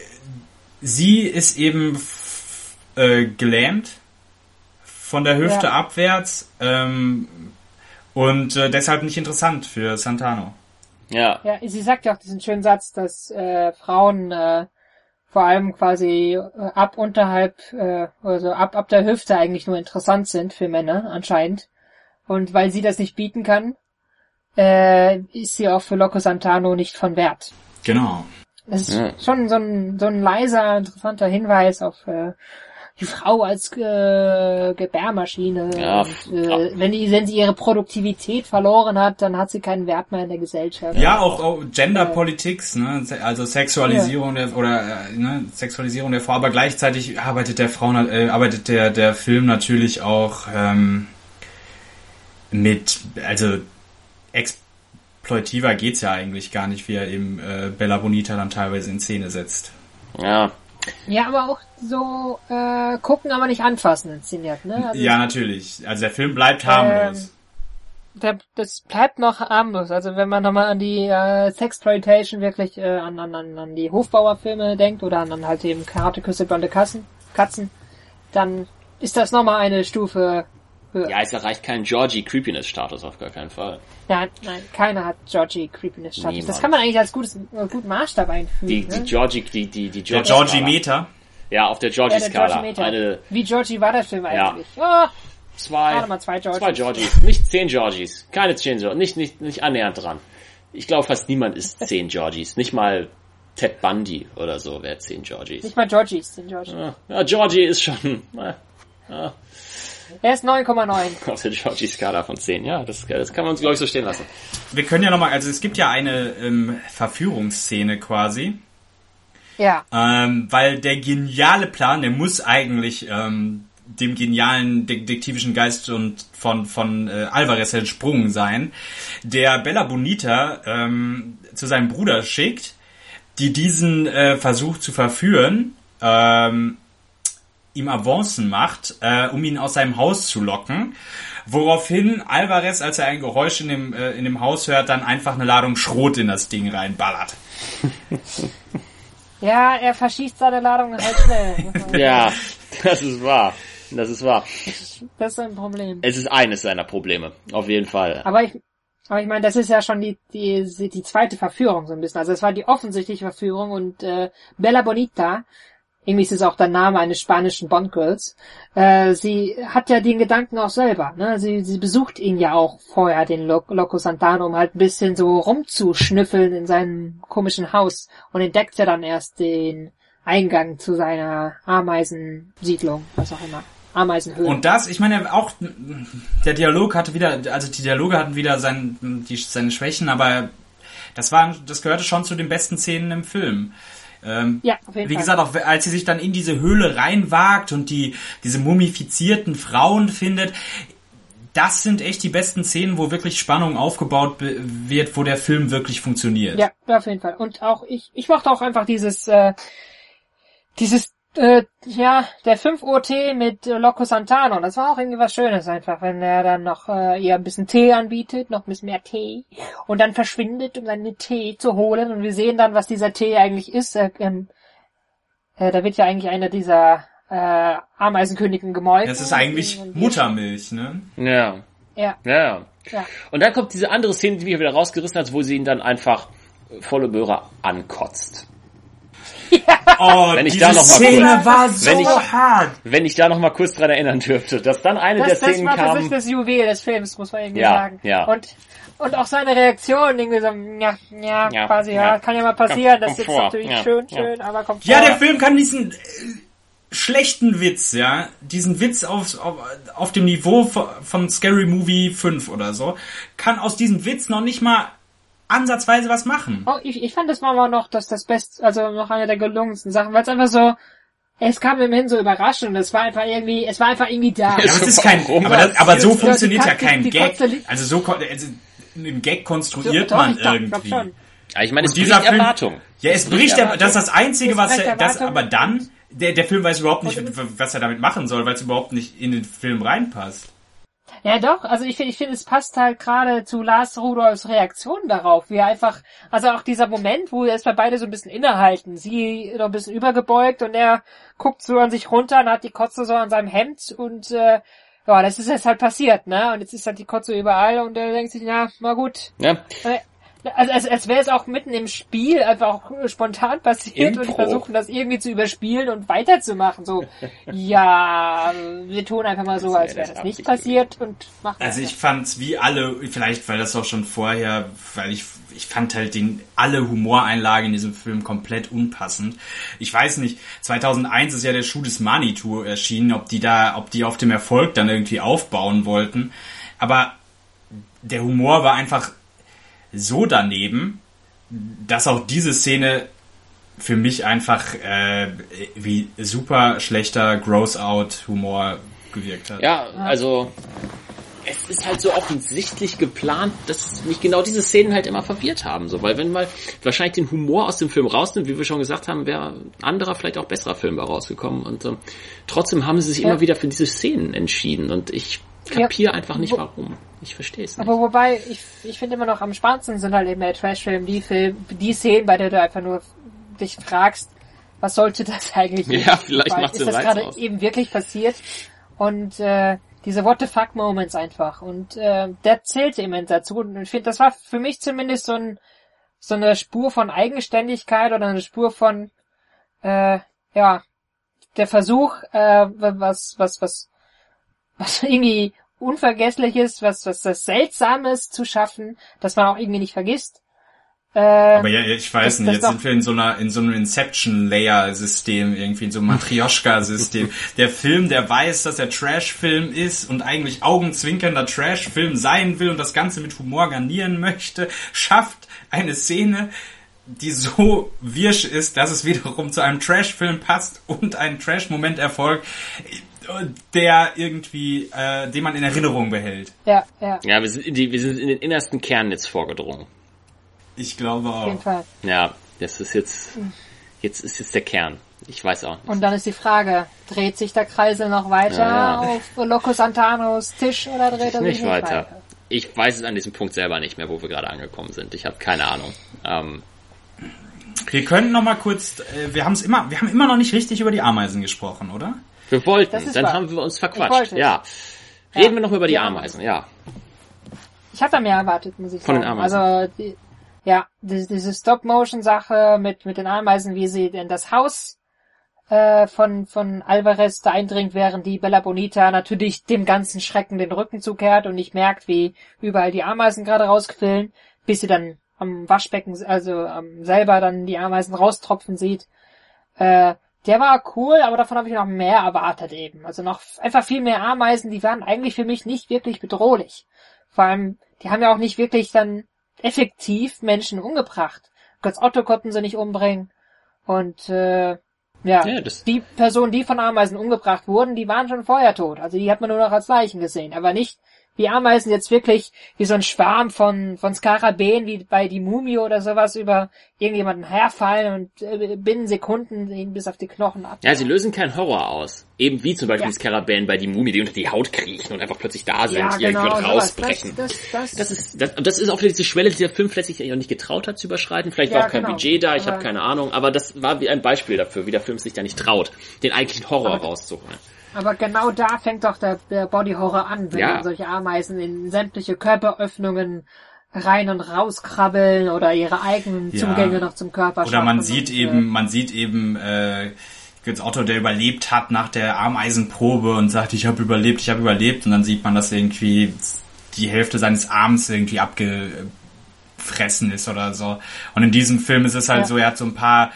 sie ist eben f- äh, gelähmt von der Hüfte ja. abwärts ähm, und äh, deshalb nicht interessant für Santano. Ja. Ja, sie sagt ja auch diesen schönen Satz, dass äh, Frauen äh, vor allem quasi äh, ab unterhalb, äh, also ab ab der Hüfte eigentlich nur interessant sind für Männer anscheinend. Und weil sie das nicht bieten kann, äh, ist sie auch für Loco Santano nicht von Wert. Genau. Das ist ja. schon so ein so ein leiser, interessanter Hinweis auf äh, die Frau als äh, Gebärmaschine. Ja, und, äh, wenn, die, wenn sie ihre Produktivität verloren hat, dann hat sie keinen Wert mehr in der Gesellschaft. Ja, auch, auch Gender-Politics, ne? Also Sexualisierung ja. der oder äh, ne? Sexualisierung der Frau, aber gleichzeitig arbeitet der Frau äh, arbeitet der der Film natürlich auch ähm, mit, also exploitiver geht's ja eigentlich gar nicht, wie er eben äh, Bella Bonita dann teilweise in Szene setzt. Ja. Ja, aber auch so äh, gucken, aber nicht anfassen inszeniert, ne? Also, ja, natürlich. Also der Film bleibt harmlos. Ähm, der, das bleibt noch harmlos. Also wenn man nochmal an die äh, Sexploitation wirklich äh, an, an, an die Hofbauerfilme denkt oder an, an halt eben Karate-Küsse, blonde Katzen, Katzen, dann ist das nochmal eine Stufe höher. Ja, es erreicht keinen Georgie-Creepiness-Status auf gar keinen Fall. Nein, nein, keiner hat Georgie-Creepiness-Status. Niemand. Das kann man eigentlich als gutes, äh, guten Maßstab einfügen. Die, ne? die Georgie, die, die, die Der Georgie-Skala. Georgie-Meter. Ja, auf der Ja, der Georgie-Skala. Georgie-Meter. Eine, Wie Georgie war der Film Ja. eigentlich? Ja. Oh, zwei, warte mal, zwei Georgies. zwei Georgies. Nicht zehn Georgies. Keine zehn Georgies. Nicht, nicht, nicht annähernd dran. Ich glaube, fast niemand ist zehn Georgies. Nicht mal Ted Bundy oder so wäre zehn Georgies. Nicht mal Georgies, den Georgie. Ja, ja, Georgie ist schon äh, ja, Er ist neun Komma neun. auf der Georgie-Skala von zehn. Ja, das, das kann man uns, glaube ich, so stehen lassen. Wir können ja nochmal, also es gibt ja eine ähm, Verführungsszene quasi. Ja. Ähm, weil der geniale Plan, der muss eigentlich ähm, dem genialen detektivischen Geist und von von äh, Alvarez entsprungen sein, der Bella Bonita ähm, zu seinem Bruder schickt, die diesen äh, versucht zu verführen, ähm, ihm Avancen macht, äh, um ihn aus seinem Haus zu locken, woraufhin Alvarez, als er ein Geräusch in dem äh, in dem Haus hört, dann einfach eine Ladung Schrot in das Ding reinballert. Ja, er verschießt seine Ladung halt schnell. Ja, das ist wahr. Das ist wahr. Das ist ein Problem. Es ist eines seiner Probleme. Auf jeden Fall. Aber ich, aber ich meine, das ist ja schon die, die, die zweite Verführung so ein bisschen. Also es war die offensichtliche Verführung und äh, Bella Bonita, irgendwie ist es auch der Name eines spanischen Bond-Girls, äh, sie hat ja den Gedanken auch selber, ne? Sie, sie besucht ihn ja auch vorher, den Lo- Loco Santana, um halt ein bisschen so rumzuschnüffeln in seinem komischen Haus und entdeckt ja dann erst den Eingang zu seiner Ameisensiedlung, was auch immer. Ameisenhöhle. Und das, ich meine, auch der Dialog hatte wieder, also die Dialoge hatten wieder sein, die, seine Schwächen, aber das war, das gehörte schon zu den besten Szenen im Film. Ähm, ja, auf jeden wie Fall. gesagt, auch als sie sich dann in diese Höhle reinwagt und die diese mumifizierten Frauen findet, das sind echt die besten Szenen, wo wirklich Spannung aufgebaut be- wird, wo der Film wirklich funktioniert. Ja, auf jeden Fall. Und auch ich, ich mochte auch einfach dieses, äh, dieses, äh, ja, der fünf Uhr Tee mit äh, Loco Santana. Das war auch irgendwie was Schönes einfach, wenn er dann noch äh, ihr ein bisschen Tee anbietet, noch ein bisschen mehr Tee und dann verschwindet, um seinen Tee zu holen. Und wir sehen dann, was dieser Tee eigentlich ist. Äh, ähm, äh, da wird ja eigentlich einer dieser äh, Ameisenkönigen gemolken. Das ist eigentlich und, und Muttermilch, ne? Ja. Ja. Ja. Ja. Und dann kommt diese andere Szene, die mich wieder rausgerissen hat, wo sie ihn dann einfach volle Möhre ankotzt. Oh, Wenn ich diese da noch mal Szene kurz- war so wenn ich- hart. Wenn ich da noch mal kurz dran erinnern dürfte, dass dann eine Das, der das Szenen war tatsächlich kam. das Juwel des Films, muss man irgendwie Ja, sagen. ja. Und, und auch seine Reaktion, irgendwie so, ja, ja, Ja, quasi, ja, ja. kann ja mal passieren, Komm, das komm ist vor. natürlich Ja, schön, ja. schön, aber kommt Ja, vor. der Film kann diesen äh, schlechten Witz, ja, diesen Witz auf, auf, auf dem Niveau von, von Scary Movie fünf oder so, kann aus diesem Witz noch nicht mal ansatzweise was machen. Oh, ich, ich fand, das war aber noch das, das Beste, also noch eine der gelungensten Sachen, weil es einfach so, es kam immerhin so überraschend und es war einfach irgendwie, es war einfach irgendwie da. Ja, aber, es ist kein, aber, das, aber so Die- funktioniert die- ja kein die- die Gag. Kotze li- Also so kon- also einen Gag konstruiert Doch, man ich glaub- irgendwie. glaub schon. Ja, ich meine, es Und dieser bricht Film, Erwartung. ja, es bricht der, das ist das Einzige, Es was bricht er, das, Erwartung. aber dann, der, der Film weiß überhaupt nicht, Und- was er damit machen soll, weil es überhaupt nicht in den Film reinpasst. Ja, doch, also ich finde, ich finde, es passt halt gerade zu Lars Rudolphs Reaktion darauf, wie er einfach, also auch dieser Moment, wo erstmal beide so ein bisschen innehalten, sie noch ein bisschen übergebeugt und er guckt so an sich runter und hat die Kotze so an seinem Hemd und, äh, ja, das ist jetzt halt passiert, ne, und jetzt ist halt die Kotze überall und er denkt sich, ja, mal gut, Ja. äh, also als, als wäre es auch mitten im Spiel einfach auch spontan passiert Impro. und versuchen das irgendwie zu überspielen und weiterzumachen. So, ja, wir tun einfach mal so, als wäre das nicht passiert und machen Also weiter. ich fand's wie alle, vielleicht weil das auch schon vorher, weil ich ich fand halt den alle Humoreinlagen in diesem Film komplett unpassend. Ich weiß nicht, zweitausendeins ist ja der Schuh des Manitou erschienen, ob die da, ob die auf dem Erfolg dann irgendwie aufbauen wollten. Aber der Humor war einfach so daneben, dass auch diese Szene für mich einfach äh, wie super schlechter Gross-Out-Humor gewirkt hat. Ja, also es ist halt so offensichtlich geplant, dass mich genau diese Szenen halt immer verwirrt haben. So, weil wenn man wahrscheinlich den Humor aus dem Film rausnimmt, wie wir schon gesagt haben, wäre ein anderer, vielleicht auch besserer Film da rausgekommen. Und ähm, trotzdem haben sie sich ja. immer wieder für diese Szenen entschieden. Und ich kapiere ja. einfach nicht, warum. Ich verstehe es nicht. Aber wobei, ich, ich finde immer noch am spannendsten sind halt eben der Trash-Film, die Film, die Szenen, bei der du einfach nur dich fragst, was sollte das eigentlich? Ja, vielleicht macht es Ist das gerade eben wirklich passiert? Und äh, diese What the fuck Moments einfach. Und äh, der zählte immer dazu. Und ich finde, das war für mich zumindest so ein so eine Spur von Eigenständigkeit oder eine Spur von äh, ja der Versuch, äh, was was was was irgendwie Unvergessliches, was was das Seltsames zu schaffen, dass man auch irgendwie nicht vergisst. Äh, Aber ja, ich weiß das, nicht, das jetzt sind wir in so einer, in so einem Inception-Layer-System, irgendwie in so einem Matryoshka-System. Der Film, der weiß, dass er Trash-Film ist und eigentlich augenzwinkernder Trash-Film sein will und das Ganze mit Humor garnieren möchte, schafft eine Szene, die so wirsch ist, dass es wiederum zu einem Trash-Film passt und ein Trash-Moment erfolgt, der irgendwie, äh, den man in Erinnerung behält. Ja, ja. Ja, wir sind in die, wir sind in den innersten Kern jetzt vorgedrungen. Ich glaube auch. Auf jeden Fall. Ja, das ist jetzt, jetzt ist jetzt der Kern. Ich weiß auch nicht. Und dann ist die Frage, dreht sich der Kreisel noch weiter ja, ja. auf Loco Santanos Tisch oder dreht er sich nicht, nicht weiter? weiter? Ich weiß es an diesem Punkt selber nicht mehr, wo wir gerade angekommen sind. Ich habe keine Ahnung. Ähm, wir können noch mal kurz, äh, wir haben es immer, wir haben immer noch nicht richtig über die Ameisen gesprochen, oder? Wir wollten, dann wahr. haben wir uns verquatscht. Ja. Reden ja. wir noch mal über die, die Ameisen, ja. Ich hatte mehr erwartet, muss ich Von sagen. Den Ameisen. Also, die, ja, diese, diese Stop-Motion-Sache mit, mit den Ameisen, wie sie in das Haus äh, von, von Alvarez da eindringt, während die Bella Bonita natürlich dem ganzen Schrecken den Rücken zukehrt und nicht merkt, wie überall die Ameisen gerade rausquillen, bis sie dann am Waschbecken, also ähm, selber dann die Ameisen raustropfen sieht. Äh, der war cool, aber davon habe ich noch mehr erwartet eben. Also noch einfach viel mehr Ameisen, die waren eigentlich für mich nicht wirklich bedrohlich. Vor allem, die haben ja auch nicht wirklich dann effektiv Menschen umgebracht. Götz Otto konnten sie nicht umbringen. Und äh, ja, ja die Personen, die von Ameisen umgebracht wurden, die waren schon vorher tot. Also die hat man nur noch als Leichen gesehen. Aber nicht wie Ameisen jetzt wirklich wie so ein Schwarm von von Skarabäen, wie bei die Mumie oder sowas, über irgendjemanden herfallen und äh, binnen Sekunden ihn bis auf die Knochen ab. Ja, sie lösen keinen Horror aus. Eben wie zum Beispiel ja. die Skarabäen bei die Mumie, die unter die Haut kriechen und einfach plötzlich da sind, ja, die genau, irgendwie rausbrechen. Das, das, das, das, ist, das, das ist auch wieder diese Schwelle, die der Film vielleicht sich auch nicht getraut hat zu überschreiten. Vielleicht ja, war auch kein genau. Budget da, ich habe keine Ahnung. Aber das war wie ein Beispiel dafür, wie der Film sich da nicht traut, den eigentlichen Horror aber, rauszuholen. Aber genau da fängt doch der, der Body-Horror an, wenn ja. solche Ameisen in sämtliche Körperöffnungen rein und rauskrabbeln oder ihre eigenen ja. Zugänge noch zum Körper Oder man sieht und, eben, man sieht eben äh, Götz Otto, der überlebt hat nach der Ameisenprobe und sagt, ich habe überlebt, ich habe überlebt. Und dann sieht man, dass irgendwie die Hälfte seines Arms irgendwie abgefressen ist oder so. Und in diesem Film ist es halt ja. so, er hat so ein paar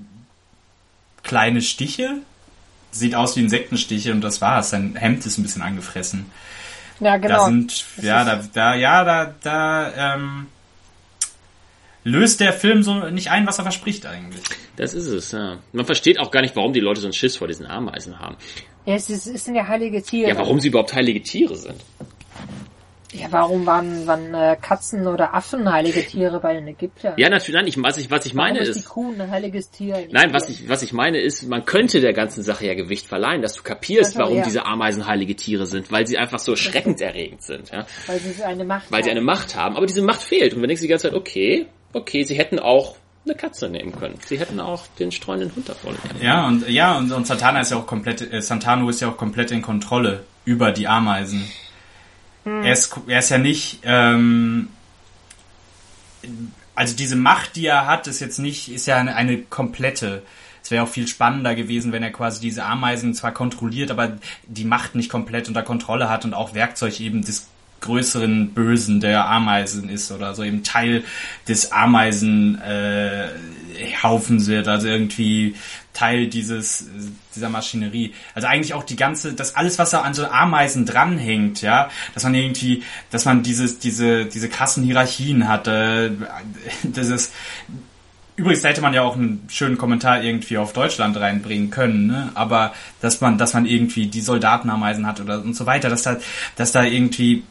kleine Stiche, sieht aus wie Insektenstiche und das war's. Sein Hemd ist ein bisschen angefressen. Ja, genau. Da sind, ja, da, da, ja, da, da, ähm, löst der Film so nicht ein, was er verspricht eigentlich. Das ist es, ja. Man versteht auch gar nicht, warum die Leute so einen Schiss vor diesen Ameisen haben. Ja, es, ist, es sind ja heilige Tiere. Ja, warum sie überhaupt heilige Tiere sind. Ja, warum waren, waren äh, Katzen oder Affen heilige Tiere bei den Ägyptern? Ja, natürlich, nein, ich, was ich, was ich warum meine ist... ist die Kuh ein heiliges Tier? Nein, was ich, was ich meine ist, man könnte der ganzen Sache ja Gewicht verleihen, dass du kapierst, also, warum ja. diese Ameisen heilige Tiere sind, weil sie einfach so schreckenserregend sind, ja. Weil sie eine Macht Weil haben. sie eine Macht haben, aber diese Macht fehlt. Und man denkt die ganze Zeit, okay, okay, sie hätten auch eine Katze nehmen können. Sie hätten auch den streunenden Hund davor nehmen können. Ja, und, ja, und, und Santana ist ja auch komplett, äh, Santano ist ja auch komplett in Kontrolle über die Ameisen. Er ist, er ist ja nicht, ähm, also diese Macht, die er hat, ist jetzt nicht, ist ja eine, eine komplette. Es wäre auch viel spannender gewesen, wenn er quasi diese Ameisen zwar kontrolliert, aber die Macht nicht komplett unter Kontrolle hat und auch Werkzeug eben des größeren Bösen der Ameisen ist oder so eben Teil des Ameisenhaufens äh, wird, also irgendwie Teil dieses dieser Maschinerie. Also eigentlich auch die ganze, das alles, was da an so Ameisen dranhängt, ja, dass man irgendwie, dass man dieses diese diese krassen Hierarchien hat, äh, das ist Übrigens hätte man ja auch einen schönen Kommentar irgendwie auf Deutschland reinbringen können, ne? Aber dass man, dass man irgendwie die Soldatenameisen hat oder und so weiter, dass da, dass da irgendwie,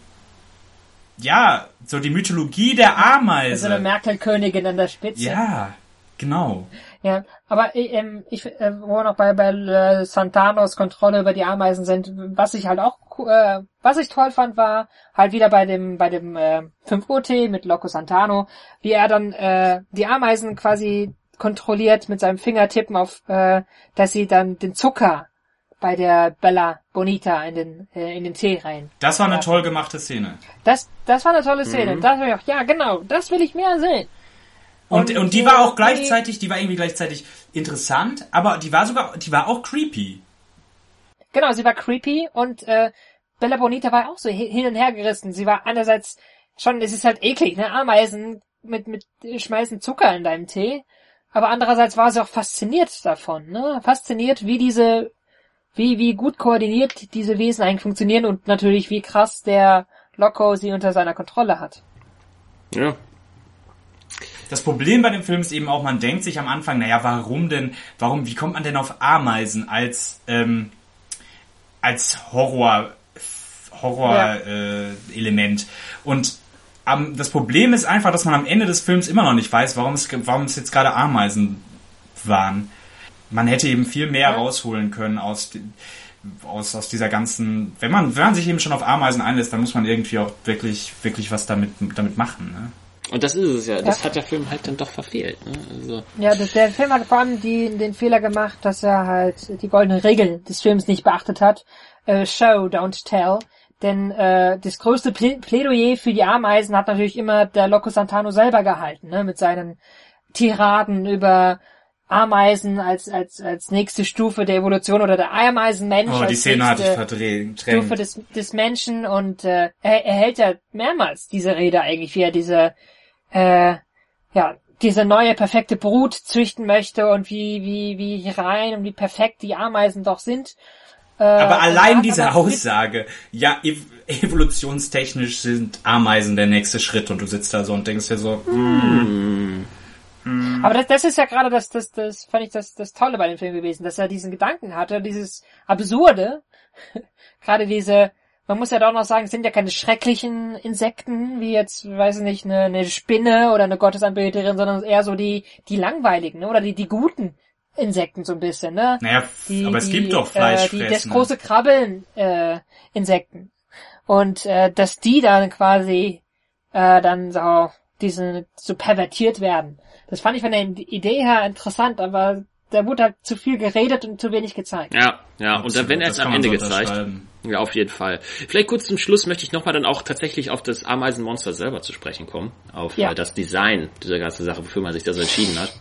ja, so die Mythologie der Ameise. So eine Merkel-Königin an der Spitze. Ja, genau. Ja, aber ähm, ich, äh, wo wir noch bei, bei äh, Santanos Kontrolle über die Ameisen sind, was ich halt auch, äh, was ich toll fand, war halt wieder bei dem bei dem äh, fünf Uhr Tee mit Loco Santano, wie er dann äh, die Ameisen quasi kontrolliert mit seinem Fingertippen auf, äh, dass sie dann den Zucker bei der Bella Bonita in den äh, in den Tee rein. Das war eine ja. toll gemachte Szene. Das das war eine tolle Szene. Mhm. Da dachte ich auch, ja genau, das will ich mehr sehen. Und, und, und die war auch gleichzeitig, die war irgendwie gleichzeitig interessant, aber die war sogar, die war auch creepy. Genau, sie war creepy und äh, Bella Bonita war auch so hin und her gerissen. Sie war einerseits schon, es ist halt eklig, ne, Ameisen mit mit schmeißen Zucker in deinem Tee, aber andererseits war sie auch fasziniert davon, ne, fasziniert, wie diese, wie wie gut koordiniert diese Wesen eigentlich funktionieren und natürlich wie krass der Loco sie unter seiner Kontrolle hat. Ja. Das Problem bei dem Film ist eben auch, man denkt sich am Anfang, naja, warum denn, warum, wie kommt man denn auf Ameisen als, ähm, als Horror, Horror, ja. äh, Element? Und ähm, das Problem ist einfach, dass man am Ende des Films immer noch nicht weiß, warum es, warum es jetzt gerade Ameisen waren. Man hätte eben viel mehr ja. rausholen können aus, aus, aus dieser ganzen, wenn man, wenn man sich eben schon auf Ameisen einlässt, dann muss man irgendwie auch wirklich, wirklich was damit, damit machen, ne? Und das ist es ja, das ja. hat der Film halt dann doch verfehlt. Ne? Also ja, das, der Film hat vor allem die, den Fehler gemacht, dass er halt die goldene Regel des Films nicht beachtet hat. Äh, show, don't tell. Denn äh, das größte Plädoyer für die Ameisen hat natürlich immer der Loco Santano selber gehalten, ne? Mit seinen Tiraden über Ameisen als als als nächste Stufe der Evolution oder der Ameisenmensch oh, die als Szene hatte ich nächste verdreht, Stufe des, des Menschen und äh, er, er hält ja mehrmals diese Rede eigentlich, wie er diese äh, ja, diese neue perfekte Brut züchten möchte und wie, wie, wie rein und wie perfekt die Ameisen doch sind. Äh, aber allein diese Aussage, ja, ev- evolutionstechnisch sind Ameisen der nächste Schritt und du sitzt da so und denkst dir so, mm. Mm. Aber das, das ist ja gerade das, das, das fand ich das, das Tolle bei dem Film gewesen, dass er diesen Gedanken hatte, dieses Absurde, gerade diese, man muss ja doch noch sagen, es sind ja keine schrecklichen Insekten, wie jetzt, weiß ich nicht, eine, eine Spinne oder eine Gottesanbeterin, sondern eher so die, die langweiligen, ne? Oder die, die guten Insekten so ein bisschen, ne? Naja, die, aber es die, gibt doch äh, Fleischfressende. die, das große Krabbeln, äh, Insekten. Und, äh, dass die dann quasi, äh, dann so, diese, so pervertiert werden. Das fand ich von der Idee her interessant, aber da wurde halt zu viel geredet und zu wenig gezeigt. Ja, ja, und dann, wenn er es am Ende so gezeigt. Ja, auf jeden Fall. Vielleicht kurz zum Schluss möchte ich nochmal dann auch tatsächlich auf das Ameisenmonster selber zu sprechen kommen. Auf ja. äh, das Design dieser ganzen Sache, wofür man sich da so entschieden hat.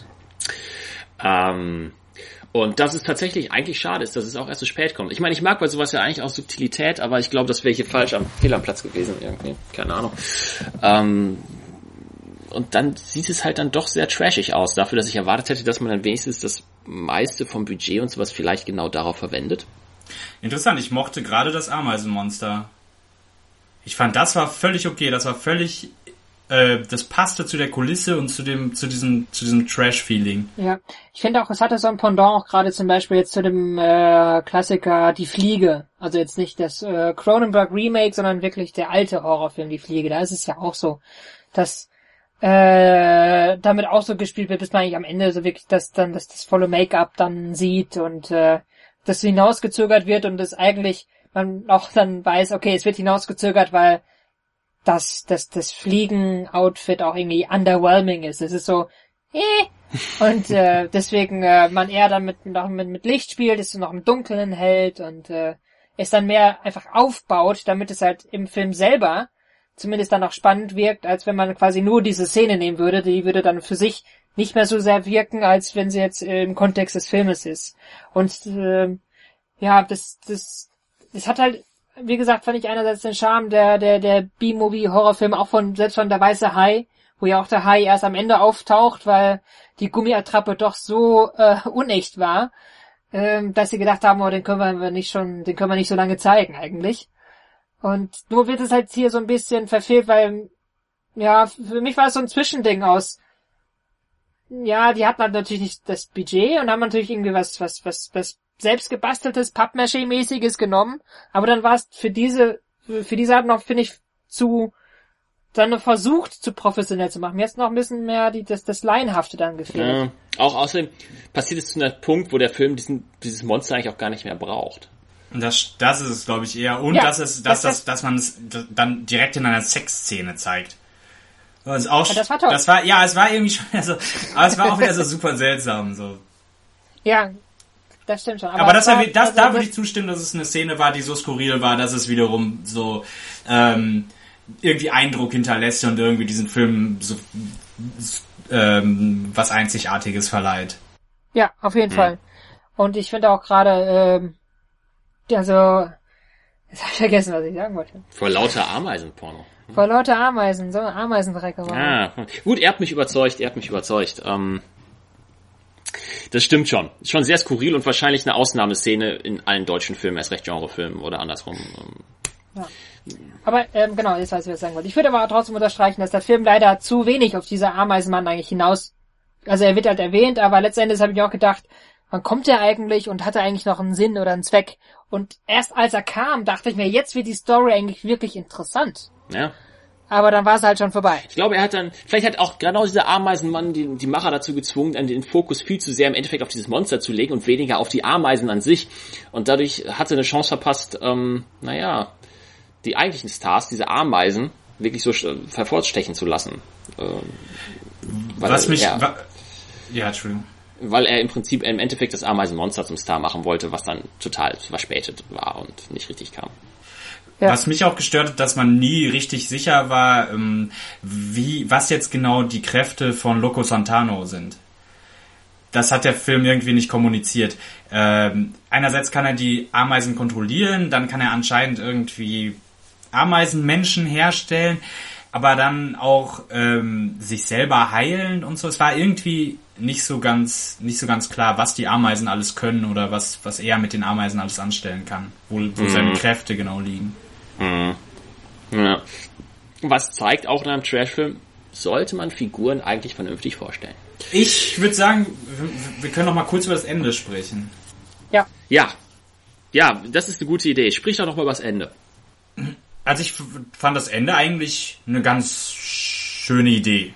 Ähm, und dass es tatsächlich eigentlich schade ist, dass es auch erst so spät kommt. Ich meine, ich mag bei sowas ja eigentlich auch Subtilität, aber ich glaube, das wäre hier falsch am Fehl am Platz gewesen irgendwie. Keine Ahnung. Ähm, Und dann sieht es halt dann doch sehr trashig aus, dafür, dass ich erwartet hätte, dass man dann wenigstens das meiste vom Budget und sowas vielleicht genau darauf verwendet. Interessant, ich mochte gerade das Ameisenmonster. Ich fand, das war völlig okay, das war völlig, äh, das passte zu der Kulisse und zu dem, zu diesem, zu diesem Trash-Feeling. Ja, ich finde auch, es hatte so ein Pendant auch gerade zum Beispiel jetzt zu dem äh, Klassiker Die Fliege. Also jetzt nicht das äh, Cronenberg-Remake, sondern wirklich der alte Horrorfilm Die Fliege. Da ist es ja auch so, dass äh, damit auch so gespielt wird, bis man eigentlich am Ende so wirklich das dann, dass das volle Make-up dann sieht und äh, das hinausgezögert wird und das eigentlich man auch dann weiß, okay, es wird hinausgezögert, weil das das das Fliegen-Outfit auch irgendwie underwhelming ist. Es ist so, eh, und äh, deswegen äh, man eher dann mit, mit mit Licht spielt, es noch im Dunkeln hält und äh, es dann mehr einfach aufbaut, damit es halt im Film selber zumindest dann auch spannend wirkt, als wenn man quasi nur diese Szene nehmen würde. Die würde dann für sich nicht mehr so sehr wirken, als wenn sie jetzt im Kontext des Filmes ist. Und äh, ja, das das das hat halt, wie gesagt, fand ich einerseits den Charme der der der B-Movie-Horrorfilm, auch von selbst von Der Weiße Hai, wo ja auch der Hai erst am Ende auftaucht, weil die Gummiattrappe doch so äh, unecht war, äh, dass sie gedacht haben, oh, den können wir nicht schon, den können wir nicht so lange zeigen eigentlich. Und nur wird es halt hier so ein bisschen verfehlt, weil, ja, für mich war es so ein Zwischending aus, ja, die hatten halt natürlich nicht das Budget und haben natürlich irgendwie was, was, was, was selbst gebasteltes, Pappmaché-mäßiges genommen. Aber dann war es für diese, für diese Art noch, finde ich, zu, dann versucht zu professionell zu machen. Mir hat noch ein bisschen mehr die, das, das Laienhafte dann gefehlt. Ja, auch außerdem passiert es zu einem Punkt, wo der Film diesen, dieses Monster eigentlich auch gar nicht mehr braucht. Und das, das ist es, glaube ich, eher. Und ja, das ist, dass, das, das, dass man es dann direkt in einer Sexszene zeigt. Das, auch, ja, das war toll. Das war, ja, es war irgendwie schon, also, aber es war auch wieder so super seltsam, so. Ja, das stimmt schon. Aber, aber das, war, das, also, da würde ich zustimmen, dass es eine Szene war, die so skurril war, dass es wiederum so, ähm, irgendwie Eindruck hinterlässt und irgendwie diesen Film so, ähm, was Einzigartiges verleiht. Ja, auf jeden hm. Fall. Und ich finde auch gerade, ähm, also, jetzt habe ich vergessen, was ich sagen wollte. Vor lauter Ameisenporno. Vor lauter Ameisen, so ein Ameisendreck. Ah, gut, er hat mich überzeugt, er hat mich überzeugt. Ähm, das stimmt schon. Ist schon sehr skurril und wahrscheinlich eine Ausnahmeszene in allen deutschen Filmen, erst recht Genrefilmen oder andersrum. Ja. Aber ähm, genau, jetzt weiß ich, was ich sagen wollte. Ich würde aber trotzdem unterstreichen, dass der Film leider zu wenig auf diese Ameisenmann eigentlich hinaus, also er wird halt erwähnt, aber letztendlich habe ich auch gedacht, wann kommt der eigentlich und hat er eigentlich noch einen Sinn oder einen Zweck? Und erst als er kam, dachte ich mir, jetzt wird die Story eigentlich wirklich interessant. Ja. Aber dann war es halt schon vorbei. Ich glaube, er hat dann, vielleicht hat auch genau dieser Ameisenmann die, die Macher dazu gezwungen, den Fokus viel zu sehr im Endeffekt auf dieses Monster zu legen und weniger auf die Ameisen an sich. Und dadurch hat er eine Chance verpasst, ähm, naja, die eigentlichen Stars, diese Ameisen, wirklich so hervorstechen zu lassen. Ähm, Was mich, er, wa- ja, Entschuldigung. Weil er im Prinzip im Endeffekt das Ameisenmonster zum Star machen wollte, was dann total verspätet war und nicht richtig kam. Ja. Was mich auch gestört hat, dass man nie richtig sicher war, ähm, wie, was jetzt genau die Kräfte von Loco Santano sind. Das hat der Film irgendwie nicht kommuniziert. Ähm, einerseits kann er die Ameisen kontrollieren, dann kann er anscheinend irgendwie Ameisenmenschen herstellen, aber dann auch ähm, sich selber heilen und so. Es war irgendwie nicht so ganz, nicht so ganz klar, was die Ameisen alles können oder was, was er mit den Ameisen alles anstellen kann, wo, wo mhm. seine Kräfte genau liegen. Mhm. Ja. Was zeigt auch in einem Trashfilm, sollte man Figuren eigentlich vernünftig vorstellen. Ich würde sagen, wir können noch mal kurz über das Ende sprechen. Ja. Ja. Ja, das ist eine gute Idee. Sprich doch noch mal über das Ende. Also ich fand das Ende eigentlich eine ganz schöne Idee.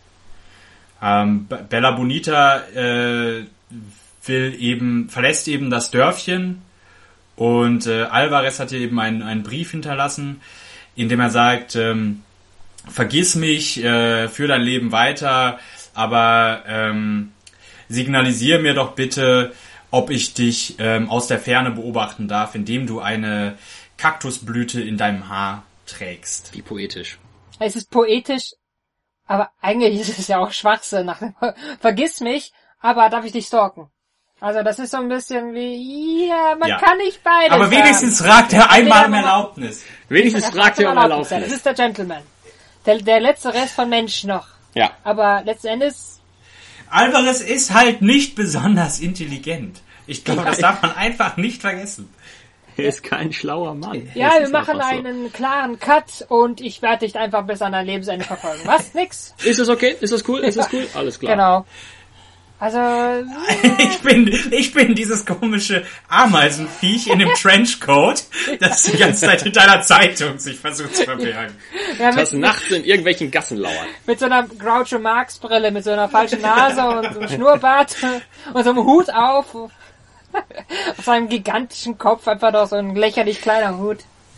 Ähm, Bella Bonita äh, will eben, verlässt eben das Dörfchen und äh, Alvarez hat ihr eben einen, einen Brief hinterlassen, in dem er sagt, ähm, vergiss mich, äh, führ dein Leben weiter, aber ähm, signalisier mir doch bitte, ob ich dich ähm, aus der Ferne beobachten darf, indem du eine Kaktusblüte in deinem Haar trägst. Wie poetisch. Es ist poetisch, aber eigentlich ist es ja auch Schwachsinn. Vergiss mich, aber darf ich dich stalken? Also das ist so ein bisschen wie, ja, man ja. kann nicht beides. Aber wenigstens sagen. fragt er einmal um Erlaubnis. Wenigstens fragt er um Erlaubnis. Das ist der Gentleman. Der, der letzte Rest von Mensch noch. Ja. Aber letzten Endes... Alvarez ist halt nicht besonders intelligent. Ich glaube, das darf man einfach nicht vergessen. Er ist kein schlauer Mann. Ja, das wir machen so. einen klaren Cut und ich werde dich einfach bis an dein Lebensende verfolgen. Was? Nix? Ist das okay? Ist das cool? Ist das cool? Alles klar. Genau. Also... Ich bin, ich bin dieses komische Ameisenviech in dem Trenchcoat, das die ganze Zeit hinter einer Zeitung sich versucht zu verbergen. Ja, das nachts in irgendwelchen Gassen lauert. Mit so einer Groucho Marx Brille, mit so einer falschen Nase und so einem Schnurrbart und so einem Hut auf. Auf seinem gigantischen Kopf einfach noch so ein lächerlich kleiner Hut.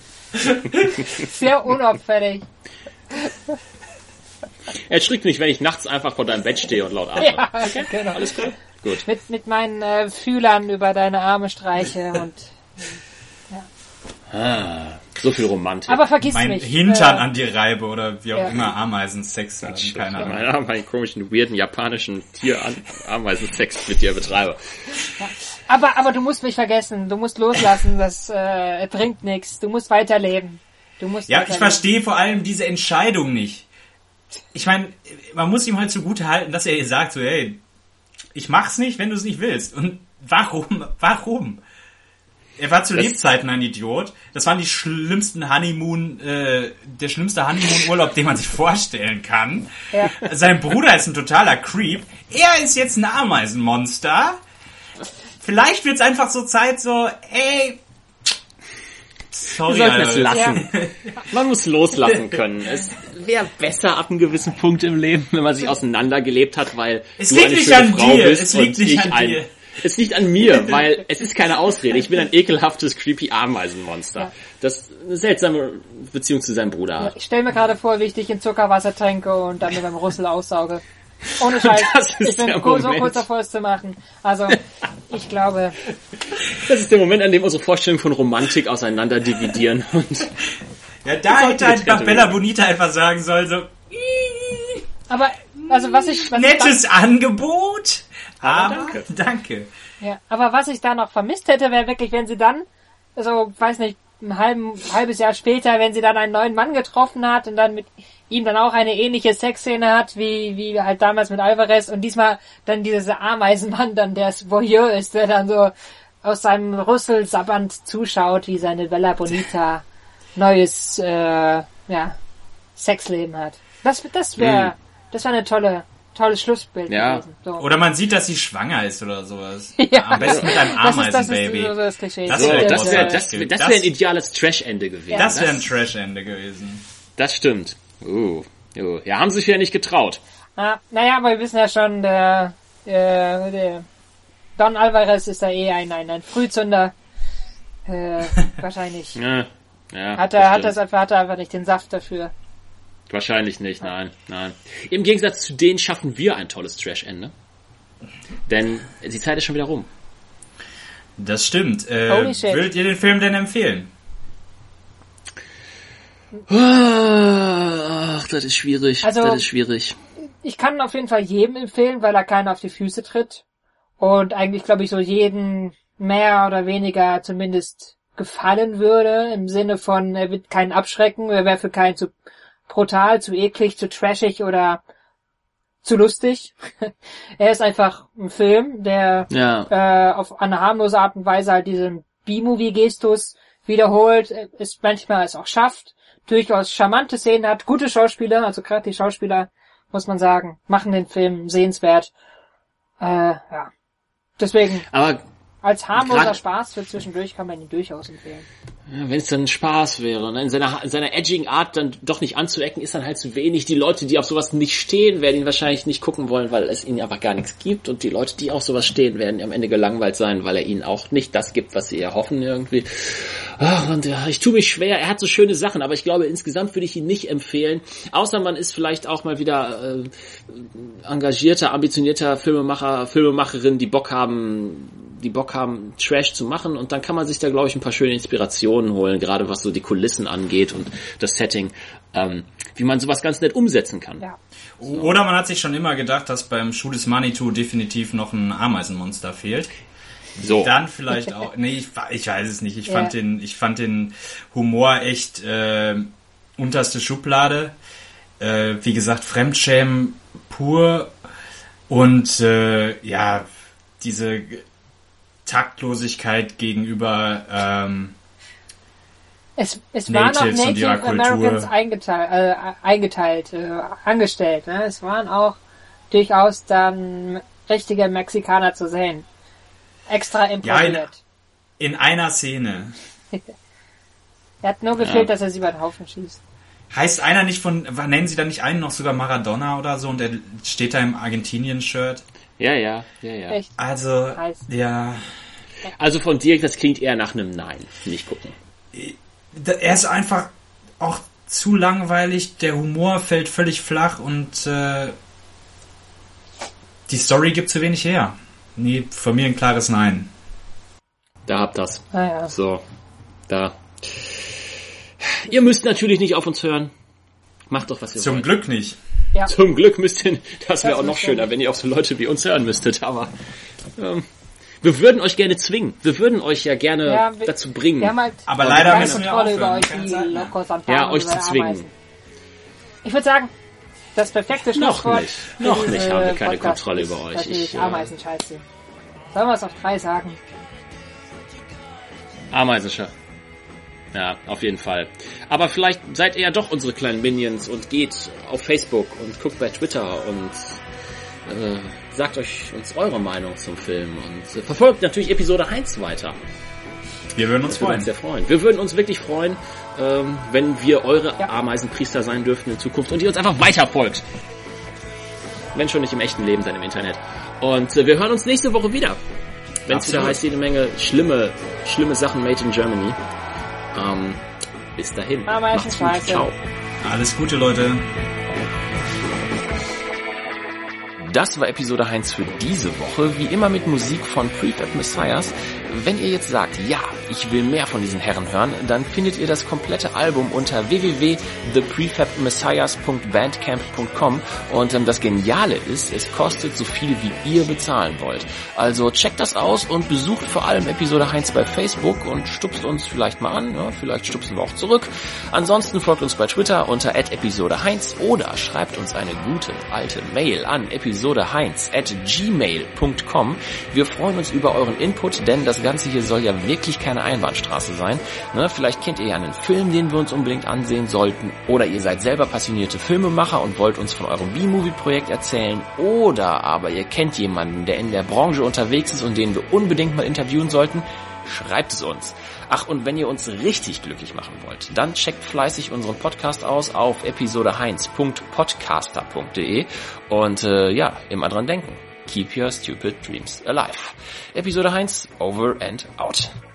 Sehr unauffällig. Er erschrickt mich, wenn ich nachts einfach vor deinem Bett stehe und laut atme. Ja, okay, genau. Alles klar? Gut. Mit, mit meinen äh, Fühlern über deine Arme streiche und... Ja. Ah, so viel Romantik. Aber vergiss mein mich. Mein Hintern äh, an die Reibe oder wie auch ja. immer Ameisensex haben. Keine Ahnung. Ja, meinen komischen, weirden, japanischen Tier-Ameisensex mit dir betreibe. Ja. Aber, aber du musst mich vergessen. Du musst loslassen. Das äh, bringt nichts. Du musst weiterleben. Du musst ja, ich verstehe vor allem diese Entscheidung nicht. Ich meine, man muss ihm halt zugute halten, dass er sagt so, hey, ich mach's nicht, wenn du es nicht willst. Und warum? Warum? Er war zu Das- Lebzeiten ein Idiot. Das waren die schlimmsten Honeymoon, äh, der schlimmste Honeymoon-Urlaub, den man sich vorstellen kann. Ja. Sein Bruder ist ein totaler Creep. Er ist jetzt ein Ameisenmonster. Vielleicht wird's einfach so Zeit, so, ey, sorry, Wir sollten es Alter. lassen. Man muss loslassen können. Es wäre besser ab einem gewissen Punkt im Leben, wenn man sich auseinandergelebt hat, weil Es du liegt eine nicht schöne an Frau dir, bist es liegt und nicht ich an ein, dir. Es liegt an mir, weil es ist keine Ausrede. Ich bin ein ekelhaftes, creepy Ameisenmonster, Ja. das eine seltsame Beziehung zu seinem Bruder hat. Ich stell mir gerade vor, wie ich dich in Zuckerwasser tränke und dann mit meinem Rüssel aussauge. Ohne Scheiß. Das ist Ich bin der ko- so Moment. kurz davor, es zu machen. Also, ich glaube, Das ist der Moment, an dem unsere Vorstellungen von Romantik auseinander dividieren. Und Ja, da hätte halt getrennt Bella werden. Bonita einfach sagen sollen, so, aber, also was ich, was ich nettes Angebot, aber, danke. danke. Ja, aber was ich da noch vermisst hätte, wäre wirklich, wenn sie dann, so, weiß nicht, ein halben, halbes Jahr später, wenn sie dann einen neuen Mann getroffen hat und dann mit ihm dann auch eine ähnliche Sexszene hat, wie, wie halt damals mit Alvarez und diesmal dann dieser Ameisenmann dann, der Voyeur ist, der dann so aus seinem Rüssel sabbernd zuschaut, wie seine Bella Bonita neues, äh, ja, Sexleben hat. Das, das wäre, Hm. das wäre eine tolle, tolles Schlussbild Ja. gewesen. So. Oder man sieht, dass sie schwanger ist oder sowas. Ja. Am besten mit einem das ist, das ist Ameisenbaby. so das Klischee. Das so, wär- das wäre das- das, wär- das das- wär ein ideales Trash-Ende gewesen. Das wäre ein Trash-Ende gewesen. Das stimmt. Uh, uh. Ja, haben sie sich ja nicht getraut. Ah, naja, aber wir wissen ja schon, der, äh, der Don Alvarez ist da eh ein, ein, ein Frühzünder. Äh, wahrscheinlich. Ja, ja, Hat er, hat stimmt. das einfach, hat er einfach nicht den Saft dafür. Wahrscheinlich nicht, nein, nein. Im Gegensatz zu denen schaffen wir ein tolles Trash-Ende. Denn die Zeit ist schon wieder rum. Das stimmt. Äh, Holy shit. würdet ihr den Film denn empfehlen? Ach, das ist schwierig. Also- das ist schwierig. Ich kann ihn auf jeden Fall jedem empfehlen, weil er keinen auf die Füße tritt. Und eigentlich, glaube ich, so jeden mehr oder weniger zumindest gefallen würde. Im Sinne von, er wird keinen abschrecken, er wäre für keinen zu brutal, zu eklig, zu trashig oder zu lustig. Er ist einfach ein Film, der Ja. äh, auf eine harmlose Art und Weise halt diesen B-Movie-Gestus wiederholt, es manchmal es auch schafft, durchaus charmante Szenen hat, gute Schauspieler, also gerade die Schauspieler, muss man sagen, machen den Film sehenswert. Äh, ja. Deswegen, Aber als harmloser Grad- Spaß für zwischendurch kann man ihn durchaus empfehlen. ja, wenn es dann Spaß wäre, ne? in seiner in seiner edgigen Art dann doch nicht anzuecken, ist dann halt zu wenig. Die Leute, die auf sowas nicht stehen, werden ihn wahrscheinlich nicht gucken wollen, weil es ihnen einfach gar nichts gibt. Und die Leute, die auf sowas stehen, werden am Ende gelangweilt sein, weil er ihnen auch nicht das gibt, was sie erhoffen irgendwie. Ach, und ja, ich tue mich schwer. Er hat so schöne Sachen, aber ich glaube, insgesamt würde ich ihn nicht empfehlen. Außer man ist vielleicht auch mal wieder äh, engagierter, ambitionierter Filmemacher, Filmemacherin, die Bock haben, die Bock haben, Trash zu machen. Und dann kann man sich da, glaube ich, ein paar schöne Inspirationen holen, gerade was so die Kulissen angeht und das Setting, ähm, wie man sowas ganz nett umsetzen kann. Ja. Oder man hat sich schon immer gedacht, dass beim Schuh des Manitou definitiv noch ein Ameisenmonster fehlt. So. Dann vielleicht auch. Nee, ich, ich weiß es nicht. Ich Ja. fand den, ich fand den Humor echt äh, unterste Schublade. Äh, wie gesagt, Fremdschämen pur und äh, ja, diese Taktlosigkeit gegenüber ähm, Es, es waren auch Natives und ihrer Native Kultur. Americans eingeteilt, äh, eingeteilt äh, angestellt. Ne? Es waren auch durchaus dann richtige Mexikaner zu sehen. Extra improvisiert. in einer Szene. Er hat nur gefehlt, Ja. dass er sie über den Haufen schießt. Heißt einer nicht von, nennen sie da nicht einen noch sogar Maradona oder so und der steht da im Argentinien-Shirt? Ja, ja, ja, ja. Echt. Also, Heiß. ja, Also von dir, das klingt eher nach einem Nein. Nicht gucken. er ist einfach auch zu langweilig, der Humor fällt völlig flach und äh, die Story gibt zu wenig her. Nee, von mir ein klares Nein. Da habt das. Naja. So, da. Ihr müsst natürlich nicht auf uns hören. Macht doch, was ihr Zum wollt. Glück nicht. Ja. Zum Glück müsst ihr, das wäre Das auch noch ist schöner, schön. wenn ihr auf so Leute wie uns hören müsstet, aber ähm, wir würden euch gerne zwingen. Wir würden euch ja gerne Ja, wir- dazu bringen. Wir haben halt Aber Aber leider keine müssen wir Kontrolle über aufhören. euch, Keine wie Zeit mehr. Loco Santana Ja, euch über zu zwingen. Ameisen. Ich würde sagen, das perfekte Noch Schlusswort nicht. für Noch diese nicht haben wir keine Podcast Kontrolle ist über euch. Natürlich Ich, äh, Ameisenscheiße. Sollen wir es auf drei sagen? Ameisenscher. Ja, auf jeden Fall. Aber vielleicht seid ihr ja doch unsere kleinen Minions und geht auf Facebook und guckt bei Twitter und äh, sagt euch uns eure Meinung zum Film und äh, verfolgt natürlich Episode eins weiter. Wir würden uns das freuen. Uns sehr freuen. Wir würden uns wirklich freuen, ähm, wenn wir eure ja. Ameisenpriester sein dürften in Zukunft und ihr uns einfach weiter folgt. Wenn schon nicht im echten Leben, dann im Internet. Und äh, wir hören uns nächste Woche wieder. Wenn es wieder heißt, jede Menge schlimme, schlimme Sachen made in Germany. Ähm, bis dahin. Macht's gut. Ciao. Alles Gute, Leute. Das war Episode eins für diese Woche, wie immer mit Musik von Prefab Messiahs. Wenn ihr jetzt sagt, ja, ich will mehr von diesen Herren hören, dann findet ihr das komplette Album unter w w w punkt the prefab messiahs punkt bandcamp punkt com und ähm, das Geniale ist, es kostet so viel, wie ihr bezahlen wollt. Also checkt das aus und besucht vor allem Episode eins bei Facebook und stupst uns vielleicht mal an, ja, vielleicht stupsen wir auch zurück. Ansonsten folgt uns bei Twitter unter at episode eins oder schreibt uns eine gute alte Mail an episode eins at gmail punkt com. Wir freuen uns über euren Input, denn das Ganze hier soll ja wirklich keine Einbahnstraße sein. Ne, vielleicht kennt ihr ja einen Film, den wir uns unbedingt ansehen sollten, oder ihr seid selber passionierte Filmemacher und wollt uns von eurem B-Movie-Projekt erzählen, oder aber ihr kennt jemanden, der in der Branche unterwegs ist und den wir unbedingt mal interviewen sollten. Schreibt es uns. Ach, und wenn ihr uns richtig glücklich machen wollt, dann checkt fleißig unseren Podcast aus auf episode eins punkt podcaster punkt de und äh, ja, immer dran denken. Keep your stupid dreams alive. Episode eins, over and out.